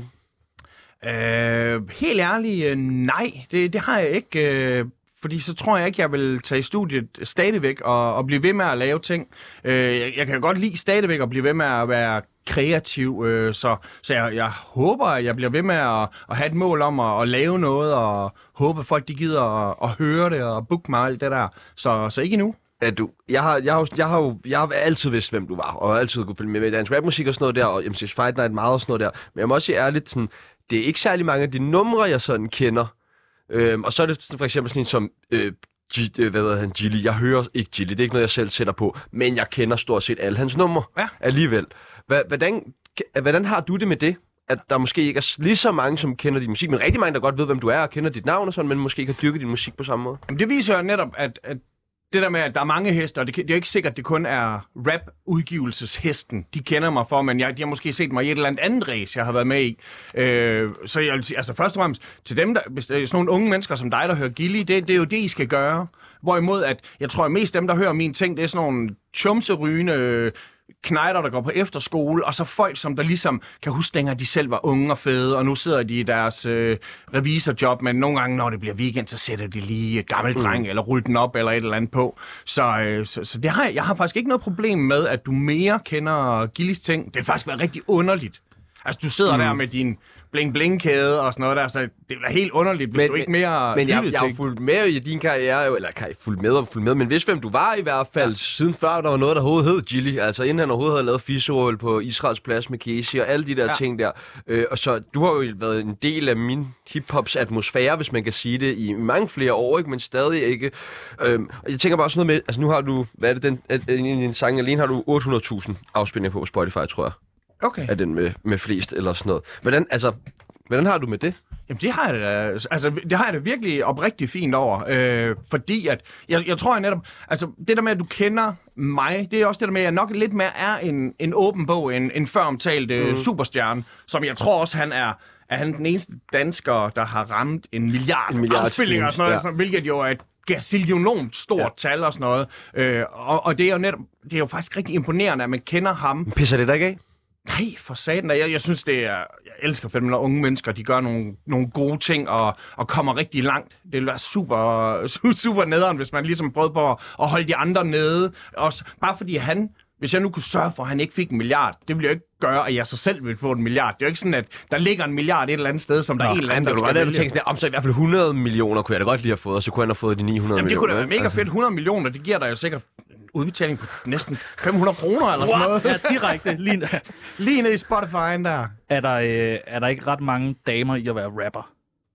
Øh, helt ærligt, øh, nej. Det, det har jeg ikke... Øh, Fordi så tror jeg ikke, jeg vil tage i studiet stadigvæk og, og blive ved med at lave ting. Øh, jeg, jeg kan godt lide stadigvæk at blive ved med at være kreativ, øh, så, så jeg, jeg håber, at jeg bliver ved med at, at have et mål om at, at lave noget, og håber, at folk de gider at, at høre det og booke mig og alt det der. Så, så ikke endnu. Er du, jeg, har, jeg, har, jeg, har jo, jeg har altid vidst, hvem du var, og altid kunne følge med med dansk rapmusik og sådan noget der, og M C's Fight Night meget og sådan noget der. Men jeg må også sige ærligt, sådan, det er ikke særlig mange af de numre, jeg sådan kender. Øhm, og så er det for eksempel sådan en som, øh, G, øh, hvad hedder han, Gilly. Jeg hører ikke Gilly, det er ikke noget, jeg selv sætter på, men jeg kender stort set alle hans numre ja. alligevel. Hva, hvordan, hvordan har du det med det? At der måske ikke er lige så mange, som kender din musik, men rigtig mange, der godt ved, hvem du er og kender dit navn og sådan, men måske ikke har dyrket din musik på samme måde? Jamen, det viser jo netop, at, at det der med, at der er mange heste, og det, det er ikke sikkert, at det kun er rap-udgivelseshesten, de kender mig for, men jeg, de har måske set mig i et eller andet andet race, jeg har været med i. Øh, så jeg vil sige, altså først og fremmest, til dem, der, hvis der er sådan nogle unge mennesker som dig, der hører Gilly, det, det er jo det, I skal gøre. Hvorimod, at jeg tror, at mest dem, der hører mine ting, det er sådan nogle chumserygende knejder, der går på efterskole, og så folk, som der ligesom kan huske, dengang de selv var unge og fede, og nu sidder de i deres øh, revisorjob, men nogle gange, når det bliver weekend, så sætter de lige gammel dreng, mm. eller ruller den op, eller et eller andet på. Så, øh, så, så det har jeg, jeg har faktisk ikke noget problem med, at du mere kender Gillys ting. Det vil faktisk være rigtig underligt. Altså, du sidder mm. der med din bling-bling-kæde og sådan noget der, så det er helt underligt, hvis men, du ikke mere... Men jeg, jeg har fulgt med i din karriere, eller kan jeg fulgt med og fulgt med, men hvis hvem du var i hvert fald, ja. Siden før der var noget, der overhovedet hed Gilly, altså inden han overhovedet havde lavet Fisorøl på Israels Plads med Casey og alle de der ja. ting der. Øh, og så du har jo været en del af min hiphops atmosfære, hvis man kan sige det, i mange flere år, ikke, men stadig ikke. Øh, og jeg tænker bare sådan noget med, altså nu har du, hvad er det, den, i din sang alene har du otte hundrede tusind afspilninger på Spotify, tror jeg. Okay. Er den med, med flest eller sådan noget. Hvordan, altså, hvordan har du med det? Jamen det har jeg da, altså, det har jeg da virkelig oprigtigt fint over, øh, fordi at, jeg, jeg tror jeg netop, altså det der med, at du kender mig, det er også det der med, at jeg nok lidt mere er en, en åben bog, en, en føromtalt mm. superstjerne, som jeg tror også, han er, er han den eneste dansker, der har ramt en milliard, en milliard afspillinger og sådan noget, ja. sådan, hvilket jo er et gazillionomt stort ja. tal og sådan noget, øh, og, og det er jo netop, det er jo faktisk rigtig imponerende, at man kender ham. Pisser det der ikke af? Nej, for satan. Jeg, jeg synes, det er... Jeg elsker fandme, når unge mennesker, de gør nogle, nogle gode ting og, og kommer rigtig langt. Det vil være super, super nederen, hvis man ligesom prøvede på at, at holde de andre nede. Også, bare fordi han... Hvis jeg nu kunne sørge for, at han ikke fik en milliard, det ville jo ikke gøre, at jeg så selv ville få en milliard. Det er jo ikke sådan, at der ligger en milliard et eller andet sted, som der er en eller anden, der skal vælge. Du tænker om så i hvert fald hundrede millioner kunne jeg da godt lige have fået, og så kunne han have fået de ni hundrede Jamen, det millioner. Jamen det kunne da være mega altså. fedt. hundrede millioner, det giver dig jo sikkert udbetaling på næsten fem hundrede kroner eller sådan noget. Ja, direkte. Lige, lige ned i Spotify'en der. Er der, øh, er der ikke ret mange damer i at være rapper?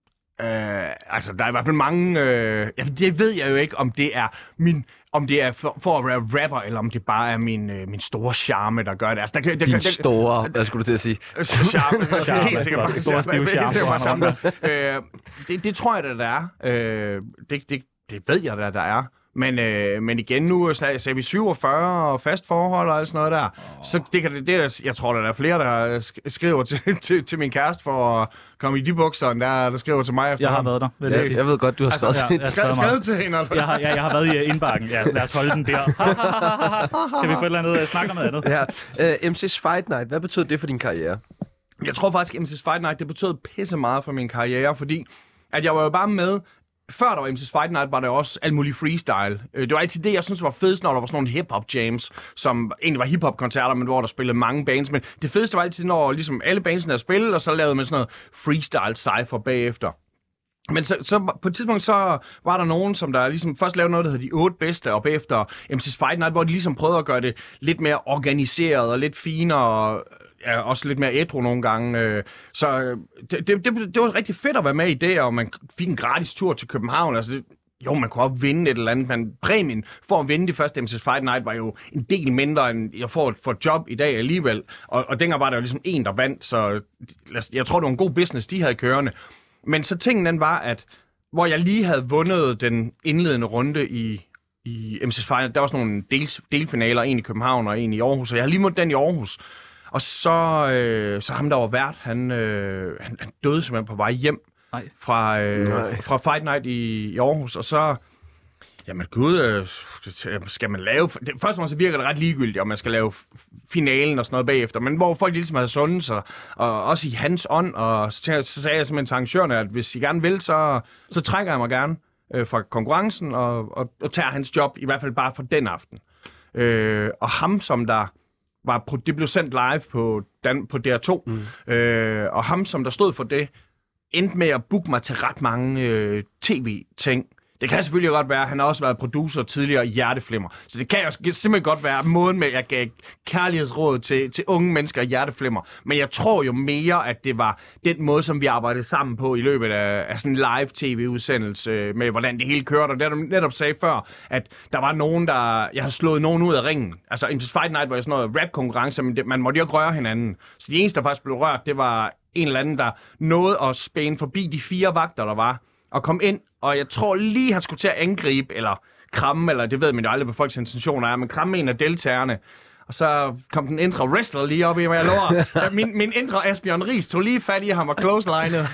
Øh, altså, der er i hvert fald mange... Øh, jamen, det ved jeg jo ikke, om det er min... Om det er for, for at være rapper, eller om det bare er min, øh, min store charme, der gør det. Altså, der, der, Din der, store, hvad skulle du til at sige? Charme. Charme. Helt sikkert bare store stive charme. øh, det, det tror jeg, da, der er. Øh, det, det, det ved jeg, da, der er. Men, øh, men igen, nu sagde vi syvogfyrre og fast forhold og sådan noget der. Oh. Så det kan det, det jeg tror, der er flere, der skriver til, til, til min kæreste for at komme i de bukser, der, der skriver til mig efter. Jeg har været der, vil jeg, jeg sige. Jeg ved godt, du har skrevet altså, til ja, jeg har skrevet til hende. Jeg har, ja, jeg har været i indbakken. Ja, lad os holde den der. Kan vi få et eller andet snakke om noget andet? Ja. Uh, M C's Fight Night, hvad betød det for din karriere? Jeg tror faktisk, at M C's Fight Night, det betød pisse meget for min karriere, fordi at jeg var jo bare med. Før der var M C's Fight Night, var der også alt muligt freestyle. Det var altid det, jeg synes var fedest, når der var sådan nogle hip-hop jams, som egentlig var hip-hop-koncerter, men hvor der spillede mange bands. Men det fedeste var altid, når ligesom alle bandsene havde spillet, og så lavede man sådan noget freestyle-cypher bagefter. Men så, så på et tidspunkt, så var der nogen, som der ligesom først lavede noget, der hed de otte bedste, og bagefter M C's Fight Night, hvor de ligesom prøvede at gøre det lidt mere organiseret og lidt finere, ja, også lidt mere ædru nogle gange. Så det, det, det, det var rigtig fedt at være med i det, og man fik en gratis tur til København. Altså det, jo, man kunne også vinde et eller andet, men præmien for at vinde det første M C's Fight Night var jo en del mindre, end jeg får for et job i dag alligevel. Og, og dengang var der jo ligesom en, der vandt, så jeg tror, det var en god business, de havde kørende. Men så tingen den var, at hvor jeg lige havde vundet den indledende runde i, i M C's Fight Night, der var sådan nogle del, delfinaler, en i København og en i Aarhus, og jeg havde lige måttet den i Aarhus. Og så, øh, så ham, der var vært, han, øh, han, han døde simpelthen på vej hjem Nej. fra, øh, fra Fight Night i, i Aarhus. Og så, jamen gud, øh, skal man lave... Det, først og fremmest så virker det ret ligegyldigt, om man skal lave finalen og sådan noget bagefter. Men hvor folk ligesom har sundet sig, og også i hans ånd. Og så, så sagde jeg simpelthen til arrangørerne, at hvis I gerne vil, så, så trækker jeg mig gerne øh, fra konkurrencen og, og, og tager hans job, i hvert fald bare for den aften. Øh, og ham, som der var på, det blev sendt live på, Dan, på D R to, mm. øh, og ham, som der stod for det, endte med at booke mig til ret mange øh, tv-ting. Det kan selvfølgelig godt være, at han har også været producer tidligere i Hjerteflimmer. Så det kan jo simpelthen godt være måden med, at jeg gav kærlighedsråd til, til unge mennesker i Hjerteflimmer. Men jeg tror jo mere, at det var den måde, som vi arbejdede sammen på i løbet af, af sådan en live tv-udsendelse med, hvordan det hele kørte. Og det, du netop sagde før, at der var nogen, der... Jeg har slået nogen ud af ringen. Altså, Into Fight Night var jo sådan noget rap-konkurrence, men det, man måtte jo ikke røre hinanden. Så de eneste, der faktisk blev rørt, det var en eller anden, der nåede at spæne forbi de fire vagter, der var, og kom ind. Og jeg tror lige, han skulle til at angribe, eller kramme, eller det ved man jo aldrig, hvad folks intentioner er, men kramme en af deltagerne. Og så kom den indre wrestler lige op i mig, jeg lover. Min, min indre Asbjørn Ries tog lige fat i ham og close-linede.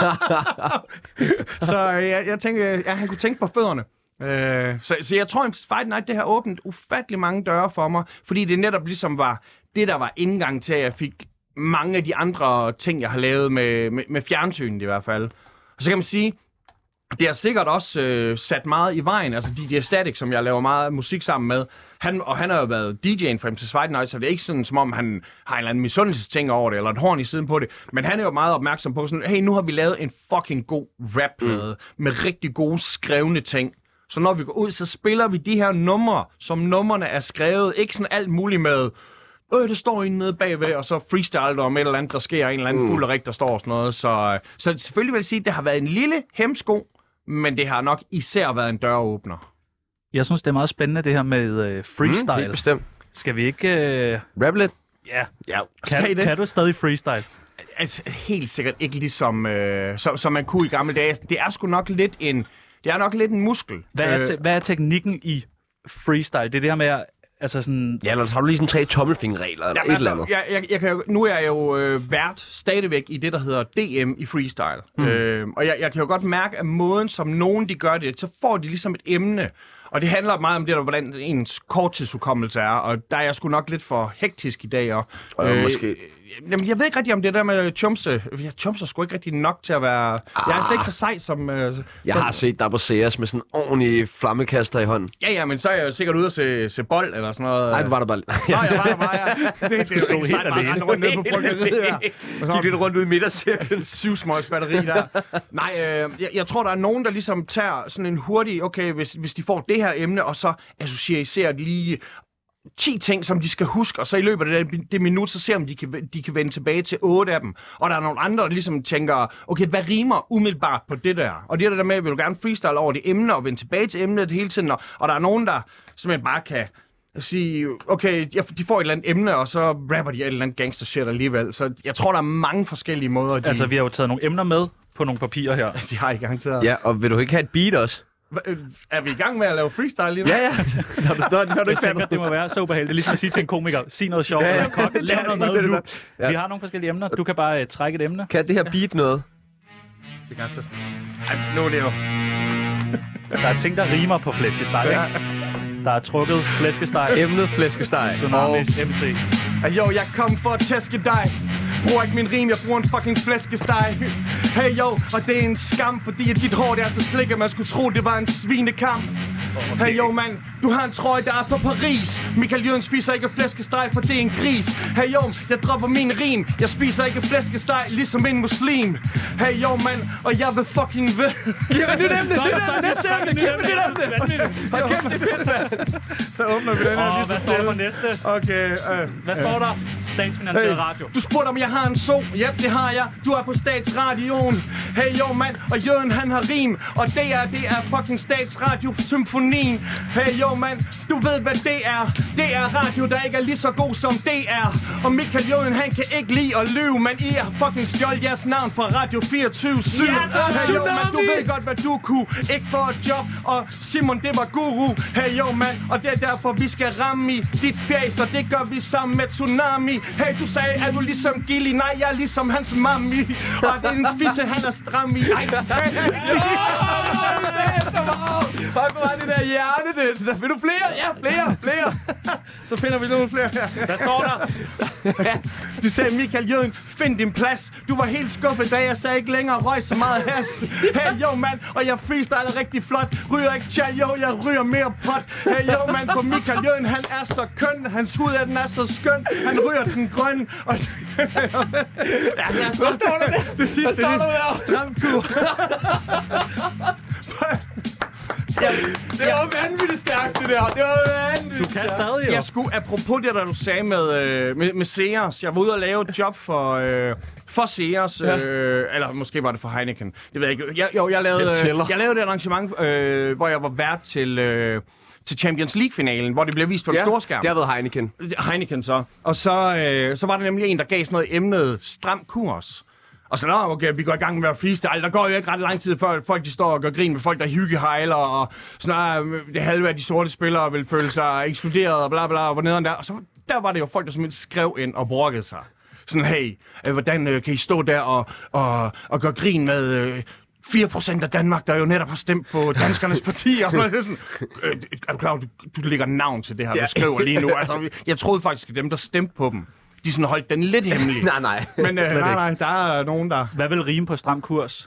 Så jeg, jeg tænkte, ja, han kunne tænke på fødderne. Øh, så, så jeg tror, at Fight Night, det har åbnet ufattelig mange døre for mig, fordi det netop ligesom var det, der var indgang til, at jeg fik mange af de andre ting, jeg har lavet med, med, med fjernsynet i hvert fald. Og så kan man sige, det har sikkert også øh, sat meget i vejen, altså D J Static, som jeg laver meget musik sammen med, han, og han har jo været D J'en for M C Fight Night, så det er ikke sådan, som om han har en eller anden misundelsesting over det, eller et horn i siden på det, men han er jo meget opmærksom på sådan, hey, nu har vi lavet en fucking god rap-plade, mm. med rigtig gode skrevne ting. Så når vi går ud, så spiller vi de her numre, som numrene er skrevet, ikke sådan alt muligt med, øh, det står en nede bagved, og så freestyle der om et eller andet, der sker, en eller anden mm. fuld og rig, der står og sådan noget. Så, så selvfølgelig vil jeg sige, at det har været en lille hemsko, men det har nok især været en døråbner. Jeg synes, det er meget spændende, det her med øh, freestyle. Mm, helt bestemt. Skal vi ikke... Øh... Rap lidt? Ja. Ja. Kan, kan du stadig freestyle? Altså, helt sikkert ikke ligesom, øh, som, som man kunne i gamle dage. Det er sgu nok lidt en... Det er nok lidt en muskel. Hvad er, te- hvad er teknikken i freestyle? Det er det her med at... Altså sådan... Ja, eller så har du lige sådan tre tommelfingerregler eller ja, et altså, eller andet. Jeg, jeg, jeg kan jo, nu er jeg jo øh, vært stadigvæk i det, der hedder D M i freestyle. Mm. Øh, og jeg, jeg kan jo godt mærke, at måden, som nogen de gør det, så får de ligesom et emne. Og det handler meget om det der, hvordan ens korttidshukommelse er. Og der er jeg sgu nok lidt for hektisk i dag. Og, og øh, måske... Jamen, jeg ved ikke rigtig om det der med chumse. Jeg chumser sgu ikke rigtig nok til at være... Ah. Jeg er slet ikke så sej som... Øh, jeg som... har set dig på Sears med sådan en ordentlig flammekaster i hånden. Ja, ja, men så er jeg jo sikkert ude at se, se bold eller sådan noget. Nej, du var der bare... Nå, jeg var der bare, ja. Det, det er jo ikke sejt, bare rende rundt nede på bryggeriet her. Gik lidt rundt ud i midtercirklen. Syv smøgs batteri der. Nej, øh, jeg, jeg tror, der er nogen, der ligesom tager sådan en hurtig... Okay, hvis, hvis de får det her emne, og så associerer de lige... ti ting, som de skal huske, og så i løbet af det, det minut, så ser de, om de kan, de kan vende tilbage til otte af dem. Og der er nogle andre, der ligesom tænker, okay, hvad rimer umiddelbart på det der? Og det er der med, at vi vil gerne freestyle over det emne, og vende tilbage til emnet det hele tiden. Og, og der er nogen, der simpelthen bare kan sige, okay, de får et eller andet emne, og så rapper de et eller andet gangster shit alligevel. Så jeg tror, der er mange forskellige måder. De... Altså, vi har jo taget nogle emner med på nogle papirer her. De har I garanteret. Ja, og vil du ikke have et beat også? Er vi i gang med at lave freestyle lige nu? Ja, ja. Nå, nå, nå, nå, jeg tænker, det må være så behageligt. Det er ligesom at sige til en komiker, sig noget sjovt, ja, ja. eller kok, lav noget mad nu. Ja. Vi har nogle forskellige emner. Du kan bare uh, trække et emne. Kan det her beat noget? Det kan jeg. Ej, nu er det jo... Der er ting, der rimer på flæskesteg, ikke? Der er trukket flæskesteg. Emnet flæskesteg. Tsunamis M C. Hey, yo, jeg kom for at tæske dig. Bruger ikke min rim, jeg bruger en fucking flæskesteg. Hey yo, og det er en skam, fordi at dit hår det er så slik, at man skulle tro, det var en svinekamp. Okay. Hey yo, mand, du har en trøje, der er fra Paris. Michael Jøden spiser ikke flæskesteg, for det er en gris. Hey yo, jeg dropper min rim. Jeg spiser ikke flæskesteg, ligesom en muslim. Hey yo, mand, og jeg vil fucking ved. Giv mig nyt emne, nyt emne, næste emne, giv mig nyt emne. Hold kæft, det er fedt, mand. Så åbner vi den her lige så hvad står der på næste? Okay, øh. Hvad står der? Statsfinansieret radio. Du spurgte, om jeg har en so. Yep, det har jeg. Du er på Statsradioen. Hey yo, mand, og Jøden, han har rim. Og det er, det er fucking Statsradio Symfoni. symfonien. Hey yo mand, du ved hvad det er. Det er radio, der ikke er lige så god som det er. Og Michael Jøden, han kan ikke lide at lyve, men I har fucking stjålet jeres navn fra Radio fireogtyve syv. Ja, hey yo mand, du ved godt hvad du kunne. Ikke få et job, og Simon det var guru. Hey yo mand, og det er derfor vi skal ramme i dit fjæs, og det gør vi sammen med Tsunami. Hey, du sagde, er du ligesom Gilly? Nej, jeg er ligesom hans mami. Og det er en fisse, han er stram i. Ej, det sagde jeg ikke. Hold på det der hjerne, det. Vil du flere? Ja, flere, flere. Så finder vi nogle flere her. Hvad står der? Du sagde, Michael Jøden, find din plads. Du var helt skuffet, da jeg sagde ikke længere røg så meget has. Hey, yo, mand, og jeg freestyler rigtig flot. Ryger ikke tjal, jo, jeg ryger mere pot. Hey, yo, mand, for Michael Jøden, han er så køn. Hans hud er, den er så skøn. Han ryger den grønne. Og... ja, hvad står der det? Det sidste, det er stram kur. Ja, det var vanvittigt stærkt, det der. Det var vanvittigt. Du kan stadig jo. Jeg skulle, apropos det, der du sagde med, øh, med, med Sears. Jeg var ude og lave et job for, øh, for Sears. Ja. Øh, eller måske var det for Heineken. Det ved jeg ikke. Jeg, jo, jeg lavede, øh, jeg lavede et arrangement, øh, hvor jeg var vært til... Øh, til Champions League-finalen, hvor det blev vist på Ja, en storskærm. det har været Heineken. Heineken så. Og så, øh, så var der nemlig en, der gav sådan noget emnet stram kurs. Og så, nå, okay, vi går i gang med at freestyle. Der går jo ikke ret lang tid, før folk de står og gør grin med folk, der hyggehejler, og sådan noget, det halve af de sorte spillere vil føle sig ekskluderet, og bla bla, og hvor nederen der. Og så der var det jo folk, der simpelthen skrev ind og brokkede sig. Sådan, hey, øh, hvordan øh, kan I stå der og, og, og gøre grin med... Øh, fire procent af Danmark, der jo netop har stemt på danskernes parti, og sådan noget. Sådan, øh, er du klar, du, du lægger navn til det her, ja. Du skriver lige nu. Altså, jeg troede faktisk, at dem, der stemte på dem, de sådan holdt den lidt hemmelig. nej, nej. Men øh, nej, nej, der er nogen, der... Hvad vil rime på stram kurs?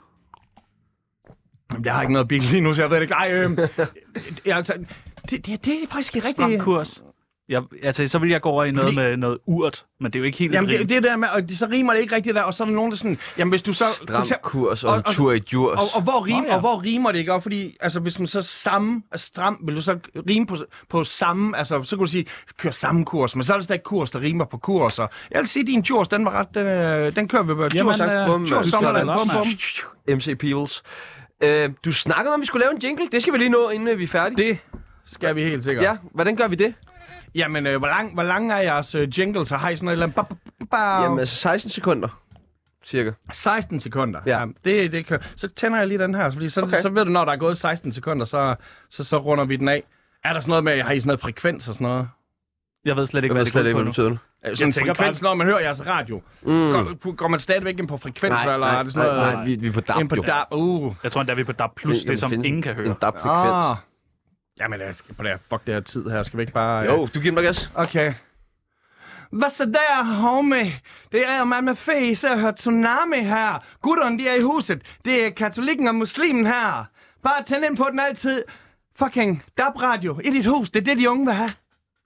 Jamen, jeg har ikke noget bil lige nu, så jeg ved det ikke. Ej, øh, jeg, altså, det, det, det er faktisk ikke Stram rigtigt. kurs. Jeg, altså, så vil jeg gå over i noget Fordi... med noget urt, men det er jo ikke helt Jamen, rim. det, det der med, og de, så rimer det ikke rigtigt der, og så er der nogen, der sådan... Jamen, hvis du så... Stram tage- kurs og, og- en og- tur i djurs. Og, og, hvor rim, Nå, ja. og hvor rimer det ikke? Og fordi, altså, hvis man så samme er stram, vil du så rime på, på samme, altså, så kunne du sige, kør samme kurs, men så er det stadig kurs, der rimer på kurs, og jeg vil sige, at din kurs, den var ret, den, øh, den kører vi på. Jamen, Djursang. øh, Bum, Djurs du Sommerland, sætter bum, op, bum. M C Peoples. Øh, du snakkede om, at vi skulle lave en jingle. Det skal vi lige nå, inden vi er færdige. Det skal vi helt sikkert. Ja, hvordan gør vi det? Jamen, øh, hvor, lang, hvor lang er jeres øh, jingles? Har I sådan noget eller andet? Ba, ba, ba, ba. Jamen, altså seksten sekunder. Cirka. seksten sekunder. Ja. Jamen, det, det kan... Så tænder jeg lige den her, fordi så, Okay. okay. så ved du, når der er gået seksten sekunder, så, så, så runder vi den af. Er der sådan noget med, har I sådan noget frekvens og sådan noget? Jeg ved slet ikke, Jeg hvad ved det slet går ikke, på hvad nu. det betyder nu. Øh, Sådan tænker frekvens, bare- når man hører jeres radio. Mm. Går, går man stadigvæk ind på frekvenser, eller nej, er det sådan nej, noget... nej, vi, vi er på D A B, ind på jo. D A B, uh. Jeg tror endda, vi er på D A B plus, det som ingen kan høre. En D A B-frekvens. Ah. Jamen, jeg skal på det her, fuck det her tid her, skal vi ikke bare... Jo, du giver mig gas. Okay. Hvad så der, homie? Det er man med face, jeg har hørt Tsunami her. Gutterne, de er i huset. Det er katolikken og muslimen her. Bare tænd ind på den altid. Fucking D A B-radio i dit hus. Det er det, de unge vil have.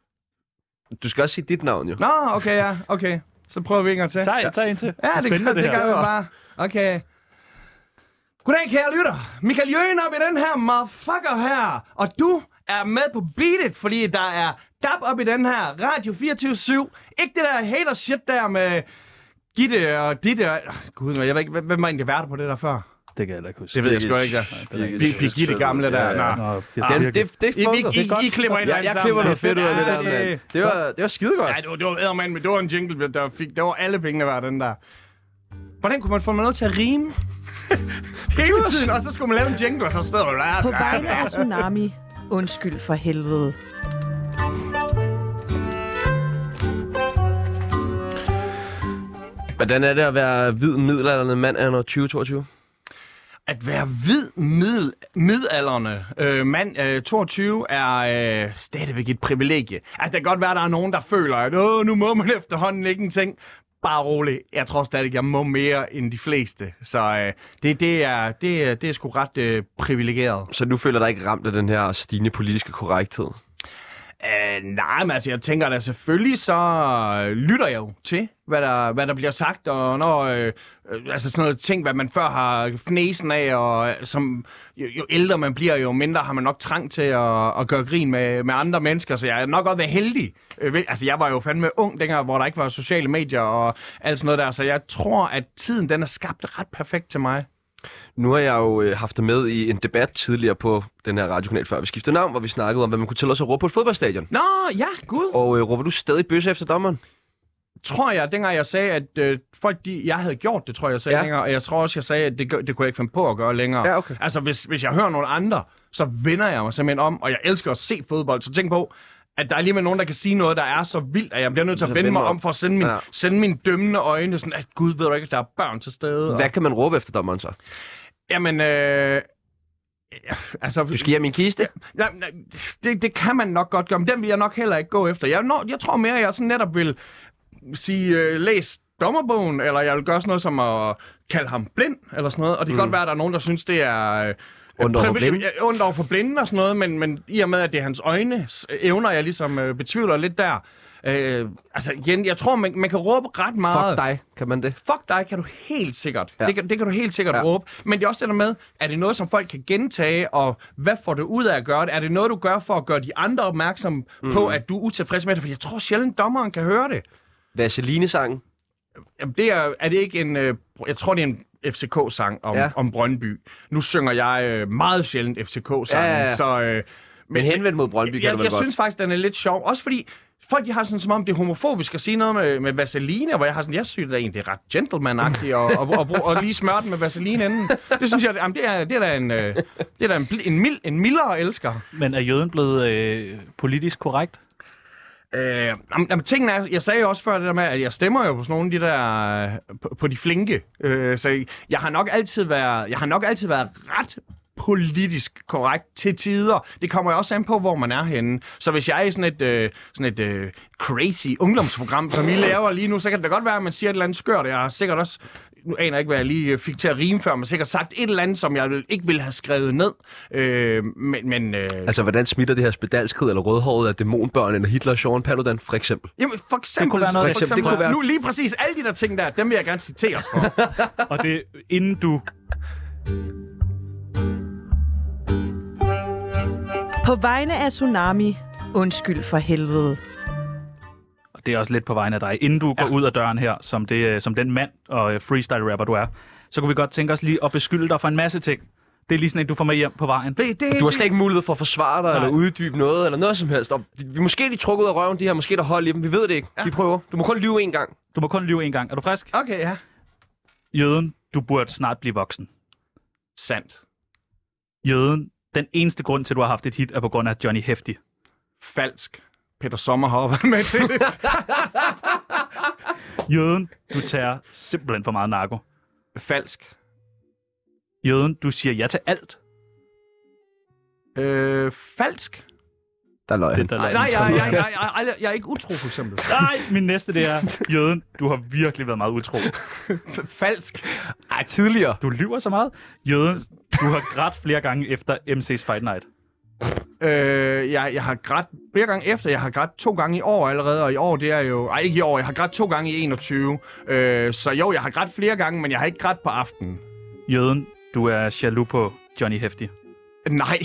Du skal også sige dit navn, jo. Nå, okay, ja. Okay. Så prøver vi en gang til. Tag, tag en til. Ja, det, spændende, det, det her. gør vi bare. Okay. Goddag, kære lytter. Michael Jøen op i den her motherfucker her. Og du er med på Beat It, fordi der er D A B op i den her Radio fireogtyve syv. Ikke det der hater shit der med Gitte og Ditte. Og... Gud, jeg ved ikke, hvem var egentlig været på det der før? Det kan jeg heller ikke huske. Det ved jeg sgu ikke. Birgitte gamle der. Ja, ja. Nå. Nå, Jamen, det, det, det I, funker. I, I, I klipper et eller Ja, andet jeg klipper sammen. noget fedt ud af det der, Ja, mand. Det var, det var skidegodt. Ja, det var, det var eddermand, men det var en jingle, der fik, det var alle pengene værd, den der. Hvordan kunne man få mig noget til at rime? Hele tiden, og så skulle man lave en jingle, og så stod der... På vegne af Tsunami, undskyld for helvede. Hvordan er det at være hvid middelaldrende mand af år tyve toogtyve? At være hvid middel, midaldrende øh, mand øh, toogtyve er øh, stadigvæk et privilegie. Altså, det kan godt være, at der er nogen, der føler, at Åh, nu må man efterhånden ikke en ting. Bare rolig. Jeg tror stadig, jeg må mere end de fleste. Så øh, det, det, er, det, er, det er sgu ret øh, privilegeret. Så du føler dig ikke ramt af den her stigende politiske korrekthed? Uh, nej, men altså, jeg tænker da selvfølgelig, så øh, lytter jeg jo til, hvad der, hvad der bliver sagt, og når, øh, øh, altså sådan noget ting, hvad man før har fnæsen af, og øh, som, jo, jo ældre man bliver, jo mindre har man nok trang til at, at gøre grin med, med andre mennesker, så jeg er nok godt være heldig. Øh, vel, altså, jeg var jo fandme ung dengang, hvor der ikke var sociale medier og alt sådan noget der, så jeg tror, at tiden, den er skabt ret perfekt til mig. Nu har jeg jo øh, haft dig med i en debat tidligere på den her radiokanal, før vi skiftede navn, hvor vi snakkede om, hvad man kunne tillade sig at råbe på et fodboldstadion. Nå, ja, gud. Og øh, råber du stadig bøsse efter dommeren? Tror jeg, dengang jeg sagde, at øh, folk, de, jeg havde gjort det, tror jeg, jeg sagde Ja. længere, og jeg tror også, jeg sagde, at det, gør- det kunne jeg ikke finde på at gøre længere. Ja, okay. Altså, hvis, hvis jeg hører nogle andre, så vender jeg mig simpelthen om, og jeg elsker at se fodbold, så tænk på, at der er alligevel nogen, der kan sige noget, der er så vildt, at jeg bliver nødt til at Så vende vende mig mig om om. for at sende, min, Ja. sende mine dømmende øjne, sådan at gud, ved du ikke, at der er børn til stede. Hvad Og, kan man råbe efter dommeren så? jamen, øh, ja, altså... Du skal hjem min kiste? Ja, nej, det, det kan man nok godt gøre, men den vil jeg nok heller ikke gå efter. Jeg, når, jeg tror mere, at jeg sådan netop vil sige, øh, læs dommerbogen, eller jeg vil gøre sådan noget som at kalde ham blind, eller sådan noget. Og det kan mm. godt være, at der er nogen, der synes, det er... Øh, Ondt over for privi- blinde? ja, ondt over for blinde og sådan noget, men, men i og med, at det er hans øjne, s- evner jeg ligesom øh, betvivler lidt der. Øh, altså igen, jeg tror, man, man kan råbe ret meget. Fuck dig, kan man det? Fuck dig, kan du helt sikkert. Ja. Ja. Det, kan, det kan du helt sikkert Ja. ja. råbe. Men det er også det der med, er det noget, som folk kan gentage, og hvad får du ud af at gøre det? Er det noget, du gør for at gøre de andre opmærksom mm. på, at du er utilfreds med det? For jeg tror sjældent, dommeren kan høre det. Vaseline-sangen? Jamen, det er, er det ikke en... Øh, jeg tror, det er en F C K-sang om, Ja. ja. om Brøndby. Nu synger jeg øh, meget sjældent F C K-sangen, Ja, ja, ja. så... Øh, Men henvendt mod Brøndby kan jeg, du vel jeg godt? synes faktisk, den er lidt sjov. Også fordi folk de har sådan som om, det er homofobisk at sige noget med, med vaseline, hvor jeg har sådan, jeg synes, det er egentlig ret gentleman-agtigt og, og, og, og, og lige smøre den med vaseline inden. Det synes jeg, jamen, det er, det er da en, øh, det er da en, bl- en, mild, en mildere elsker. Men er jøden blevet øh, politisk korrekt? Øh, jamen, jamen, tingene er, jeg sagde jo også før det der med, at jeg stemmer jo på sådan nogle af de der, øh, på, på de flinke. Øh, så jeg har nok altid været, jeg har nok altid været ret politisk korrekt til tider. Det kommer jo også an på, hvor man er henne. Så hvis jeg er i sådan et, øh, sådan et øh, crazy ungdomsprogram, som I laver lige nu, så kan det da godt være, at man siger et eller andet skørt. Jeg har sikkert også, nu aner jeg ikke, hvad jeg lige fik til at rime før, men sikkert sagt et eller andet, som jeg ikke ville have skrevet ned. Øh, men, men øh, Altså, hvordan smitter det her spedalskhed eller rødhåret af dæmonbørn eller Hitler og Sean Paludan, for eksempel? Jamen, for eksempel, kunne være noget, for det eksempel, kunne- det kunne være- nu lige præcis alle de der ting der, dem vil jeg gerne citeres for. Og det inden du... På vegne af Tsunami, undskyld for helvede. Og det er også lidt på vegne af dig. Inden du går Ja. ud af døren her, som, det, øh, som den mand og øh, freestyle-rapper du er, så kunne vi godt tænke os lige at beskylde dig for en masse ting. Det er lige sådan en, du får med hjem på vejen. Det, det, Du har slet ikke mulighed for at forsvare dig, Nej. eller uddybe noget, eller noget som helst. Og vi er måske lige trukket ud af røven, de her måske der hold i dem. Vi ved det ikke. Ja. Vi prøver. Du må kun lyve en gang. Du må kun lyve en gang. Er du frisk? Okay, ja. Jøden, du burde snart blive voksen. Sandt. Jøden, den eneste grund til, at du har haft et hit, er på grund af Johnny Hefti. Falsk. Peter Sommer har været med til det. Jøden, du tager simpelthen for meget narko. Falsk. Jøden, du siger ja til alt. Øh, falsk. Der løg han. Det, der Nej, nej, jeg, jeg, jeg, jeg, jeg, jeg er ikke utro, for eksempel. Nej, min næste det er, Jøden, du har virkelig været meget utro. F- falsk. Ej, tidligere. Du lyver så meget. Jøden, du har grædt flere gange efter M C's Fight Night. Øh, jeg, jeg har grædt flere gange efter. Jeg har grædt to gange i år allerede, og i år det er jo... Ej, ikke i år. Jeg har grædt to gange i enogtyve. Øh, så jo, jeg har grædt flere gange, men jeg har ikke grædt på aftenen. Jøden, du er jaloux på Johnny Hefti. Nej.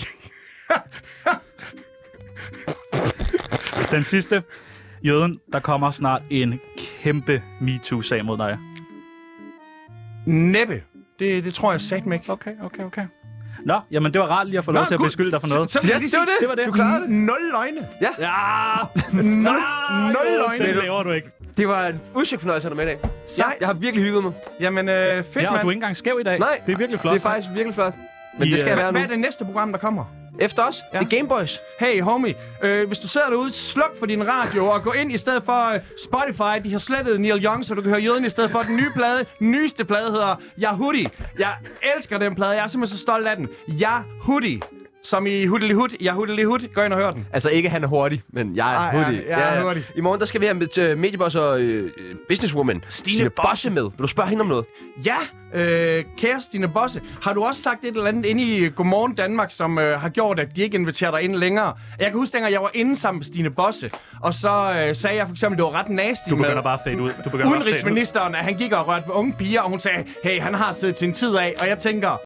Den sidste. Jøden, der kommer snart en kæmpe MeToo-sag mod dig. Næppe. Det, det tror jeg satme ikke. Okay, okay, okay. Nå, jamen det var rart lige at få lov Nå, til at gud. beskylde dig for noget. Så, så Ja, jeg lige det var sige, det. Det var det. Du klarede det. Nul løgne. Ja! Nul, nul løgne. Det laver du ikke. Det var en udsigt fornøjelse at have dig med i dag. Sej. Jeg har virkelig hygget mig. Jamen, øh, fedt, Ja, og du er mand. ikke engang skæv i dag. Nej, Det er virkelig flot. Det er faktisk virkelig flot. Men I, det skal jeg øh, være nu. Hvad er det næste program, der kommer? Efter os, Ja. det er Gameboys. Hey, homie. Øh, hvis du sidder derude, sluk for din radio og gå ind i stedet for uh, Spotify. De har slettet Neil Young, så du kan høre Jøden i stedet for. Den nye plade, nyeste plade hedder Yahudi. Jeg elsker den plade. Jeg er simpelthen så stolt af den. Yahudi. Som i Hudeligud. Yahudelig Gå ind og hør den. Altså ikke, han er hurtig, men jeg er Ej, ja, hurtig. jeg er hurtig. I morgen, der skal vi have med uh, medieboss og uh, businesswoman Stine Bosse med. Vil du spørge hende om noget? Ja, øh, kære Stine Bosse. Har du også sagt et eller andet inde i Godmorgen Danmark, som øh, har gjort, at de ikke inviterer dig ind længere? Jeg kan huske, dengang jeg var inde sammen med Stine Bosse, og så øh, sagde jeg for eksempel, at det var ret nasty Du begynder med bare at fade ud. Du begynder bare at fade ud. udenrigsministeren, at han gik og rørte ved unge piger, og hun sagde, hey, han har siddet sin tid af, og jeg tænker,